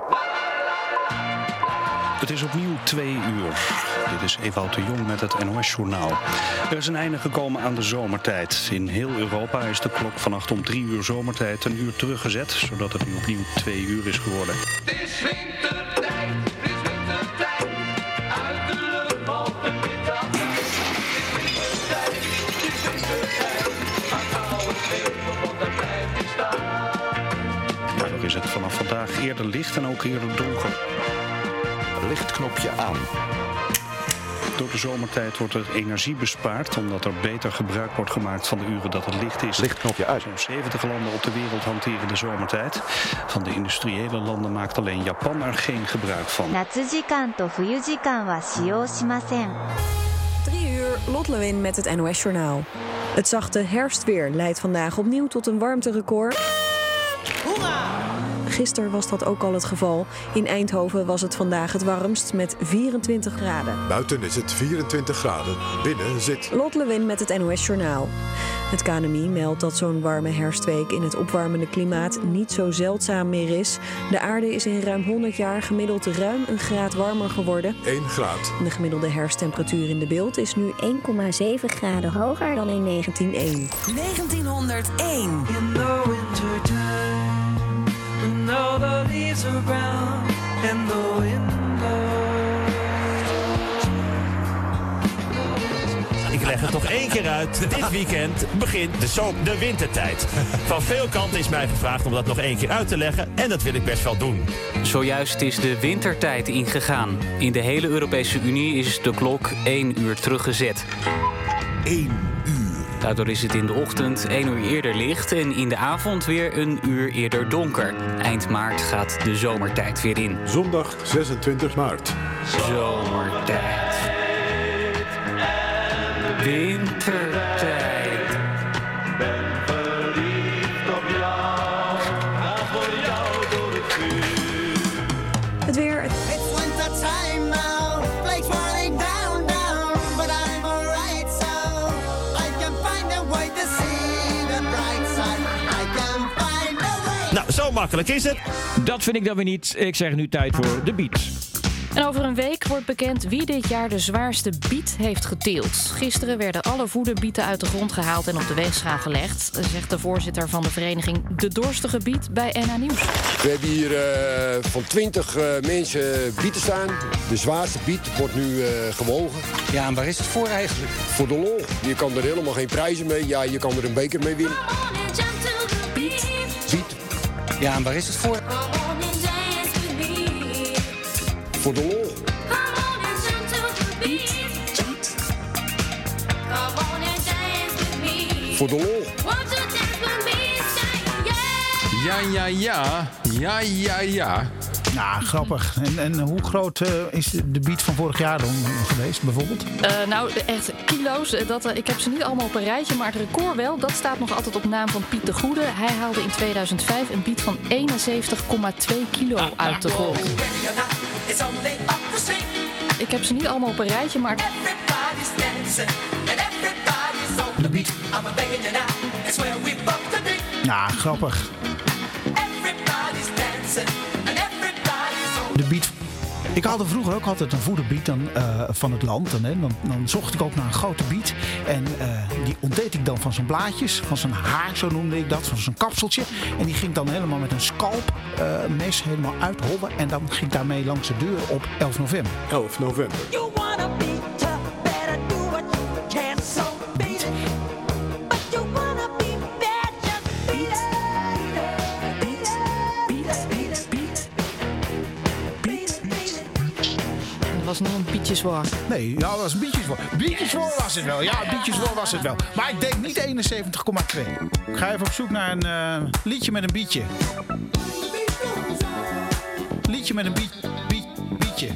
Het is opnieuw 2 uur. Dit is Ewout de Jong met het NOS-journaal. Er is een einde gekomen aan de zomertijd. In heel Europa is de klok vannacht om 3 uur zomertijd een uur teruggezet, zodat het nu opnieuw 2 uur is geworden. Het is wintertijd, het is wintertijd. Uit de lucht valt de middag. Het is wintertijd, het is wintertijd. Maar hou het stil, want daar blijft hij staan. Daardoor is het vanaf vandaag eerder licht en ook eerder donker. Lichtknopje aan. Door de zomertijd wordt er energie bespaard, omdat er beter gebruik wordt gemaakt van de uren dat het licht is. Lichtknopje uit. Zo'n 70 landen op de wereld hanteren de zomertijd. Van de industriële landen maakt alleen Japan er geen gebruik van. 3 uur, Lot Lewin met het NOS-journaal. Het zachte herfstweer leidt vandaag opnieuw tot een warmterecord. Gisteren was dat ook al het geval. In Eindhoven was het vandaag het warmst met 24 graden. Buiten is het 24 graden. Binnen zit... Lot Lewin met het NOS-journaal. Het KNMI meldt dat zo'n warme herfstweek in het opwarmende klimaat niet zo zeldzaam meer is. De aarde is in ruim 100 jaar gemiddeld ruim een graad warmer geworden. 1 graad. De gemiddelde herfsttemperatuur in de beeld is nu 1,7 graden hoger dan in 1901. 1901. In the wintertime, when all the leaves are brown and the wind Ik leg het nog 1 keer uit. Dit weekend begint de wintertijd. Van veel kanten is mij gevraagd om dat nog 1 keer uit te leggen. En dat wil ik best wel doen. Zojuist is de wintertijd ingegaan. In de hele Europese Unie is de klok 1 uur teruggezet. 1 uur. Daardoor is het in de ochtend 1 uur eerder licht en in de avond weer 1 uur eerder donker. Eind maart gaat de zomertijd weer in. Zondag 26 maart. Zomertijd. Wintertijd. Ben verliefd op jou. Ga voor jou door het vuur. Het weer. It's wintertime now. Blake's running down, down. But I'm alright, so I can find a way to see the bright side. I can find a way. Nou, zo makkelijk is het. Dat vind ik dan weer niet. Ik zeg nu tijd voor de beat. En over een week wordt bekend wie dit jaar de zwaarste biet heeft geteeld. Gisteren werden alle voederbieten uit de grond gehaald en op de weegschaal gelegd, zegt de voorzitter van de vereniging De Dorstige Biet bij NH Nieuws. We hebben hier van 20 mensen bieten staan. De zwaarste biet wordt nu gewogen. Ja, en waar is het voor eigenlijk? Voor de lol. Je kan er helemaal geen prijzen mee. Ja, je kan er een beker mee winnen. Biet. Biet. Ja, en waar is het voor? Voor de lol. Voor de lol. Ja. Nou, grappig. En hoe groot is de beat van vorig jaar dan geweest, bijvoorbeeld? Nou, echt kilo's. Ik heb ze niet allemaal op een rijtje, maar het record wel. Dat staat nog altijd op naam van Piet de Goede. Hij haalde in 2005 een beat van 71,2 kilo uit de grond. Ik heb ze niet allemaal op een rijtje, maar... De beat. Nou, grappig. De beat. Ik haalde vroeger ook altijd een voederbiet van het land. Dan zocht ik ook naar een grote biet. En die ontdeed ik dan van zijn blaadjes, van zijn haar, zo noemde ik dat, van zijn kapseltje. En die ging dan helemaal met een scalpmes helemaal uithollen. En dan ging ik daarmee langs de deur op 11 november. 11 november. Dat was nog een bietjeswoord. Nee, ja, dat was een bietjeswoord. Bietjeswoord was het wel. Ja, bietjeswoord was het wel. Maar ik denk niet 71,2. Ik ga even op zoek naar een liedje met een bietje. Liedje met een bietje.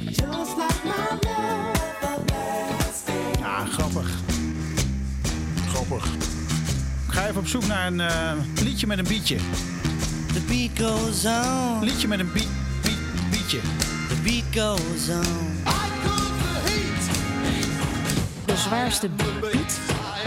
Ja, grappig. Grappig. Ik ga even op zoek naar een liedje met een bietje. The beat goes on. Liedje met een bietje. The beat goes on. De zwaarste beat.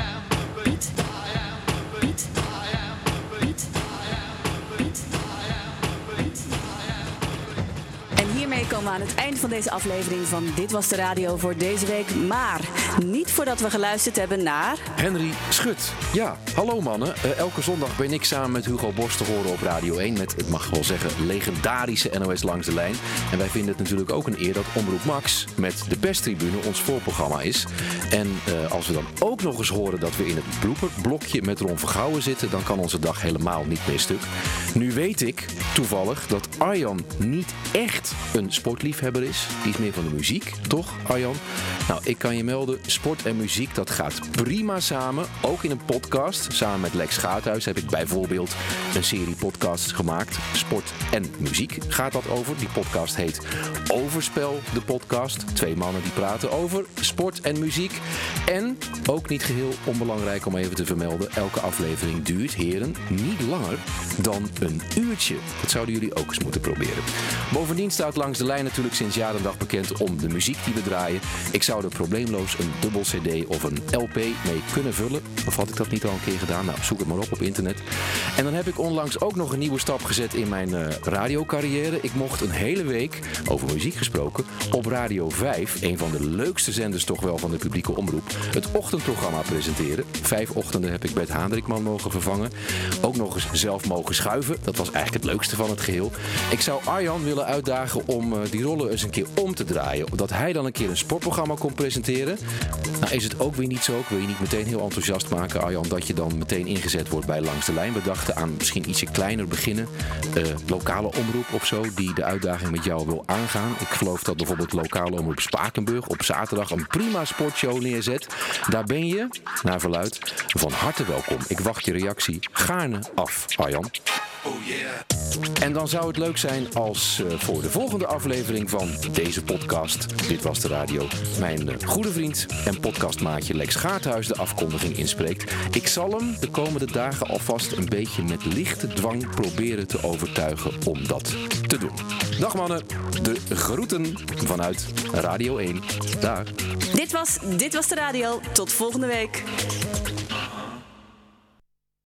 En hiermee komen we aan het eind van deze aflevering van Dit Was de Radio voor deze week. Maar niet voordat we geluisterd hebben naar... Henry Schut. Ja, hallo mannen. Elke zondag ben ik samen met Hugo Borst te horen op Radio 1... met, het mag wel zeggen, legendarische NOS Langs de Lijn. En wij vinden het natuurlijk ook een eer dat Omroep Max met de Perstribune ons voorprogramma is. En als we dan ook nog eens horen dat we in het blooperblokje met Ron Vergouwen zitten... dan kan onze dag helemaal niet meer stuk. Nu weet ik toevallig dat Arjan niet echt een sportliefhebber is. Die is meer van de muziek, toch Arjan? Nou, ik kan je melden, sport en muziek, dat gaat prima samen. Ook in een podcast. Samen met Lex Gaathuis heb ik bijvoorbeeld een serie podcasts gemaakt. Sport en muziek gaat dat over. Die podcast heet Overspel, de podcast. 2 mannen die praten over sport en muziek. En, ook niet geheel onbelangrijk om even te vermelden, elke aflevering duurt, heren, niet langer dan een uurtje. Dat zouden jullie ook eens moeten proberen. Bovendien staat Langs de Lijn natuurlijk sinds jaar en dag bekend om de muziek die we draaien. Ik zou er probleemloos een dubbel cd of een LP mee kunnen vullen. Of had ik dat niet al een keer gedaan? Nou, zoek het maar op internet. En dan heb ik onlangs ook nog een nieuwe stap gezet in mijn radiocarrière. Ik mocht een hele week, over muziek gesproken, op Radio 5, een van de leukste zenders toch wel van de publieke omroep, het ochtendprogramma presenteren. 5 ochtenden heb ik Bert Haandrikman mogen vervangen. Ook nog eens zelf mogen schuiven. Dat was eigenlijk het leukste van het geheel. Ik zou Arjan willen uitdagen om die rollen eens een keer om te draaien. Dat hij dan een keer een sportprogramma kon presenteren. Nou is het ook weer niet zo. Ik wil je niet meteen heel enthousiast maken, Arjan, dat je dan meteen ingezet wordt bij Langs de Lijn. We dachten aan misschien ietsje kleiner beginnen. Lokale omroep of zo, die de uitdaging met jou wil aangaan. Ik geloof dat bijvoorbeeld lokale omroep Spakenburg op zaterdag een prima sportshow neerzet. Daar ben je, naar verluid, van harte welkom. Ik wacht je reactie gaarne af, Arjan. Oh yeah. En dan zou het leuk zijn als voor de volgende aflevering van deze podcast, Dit Was de Radio, mijn goede vriend en podcastmaatje Lex Gaathuis de afkondiging inspreekt. Ik zal hem de komende dagen alvast een beetje met lichte dwang proberen te overtuigen om dat te doen. Dag mannen, de groeten vanuit Radio 1. Dag. Dit was de Radio. Tot volgende week.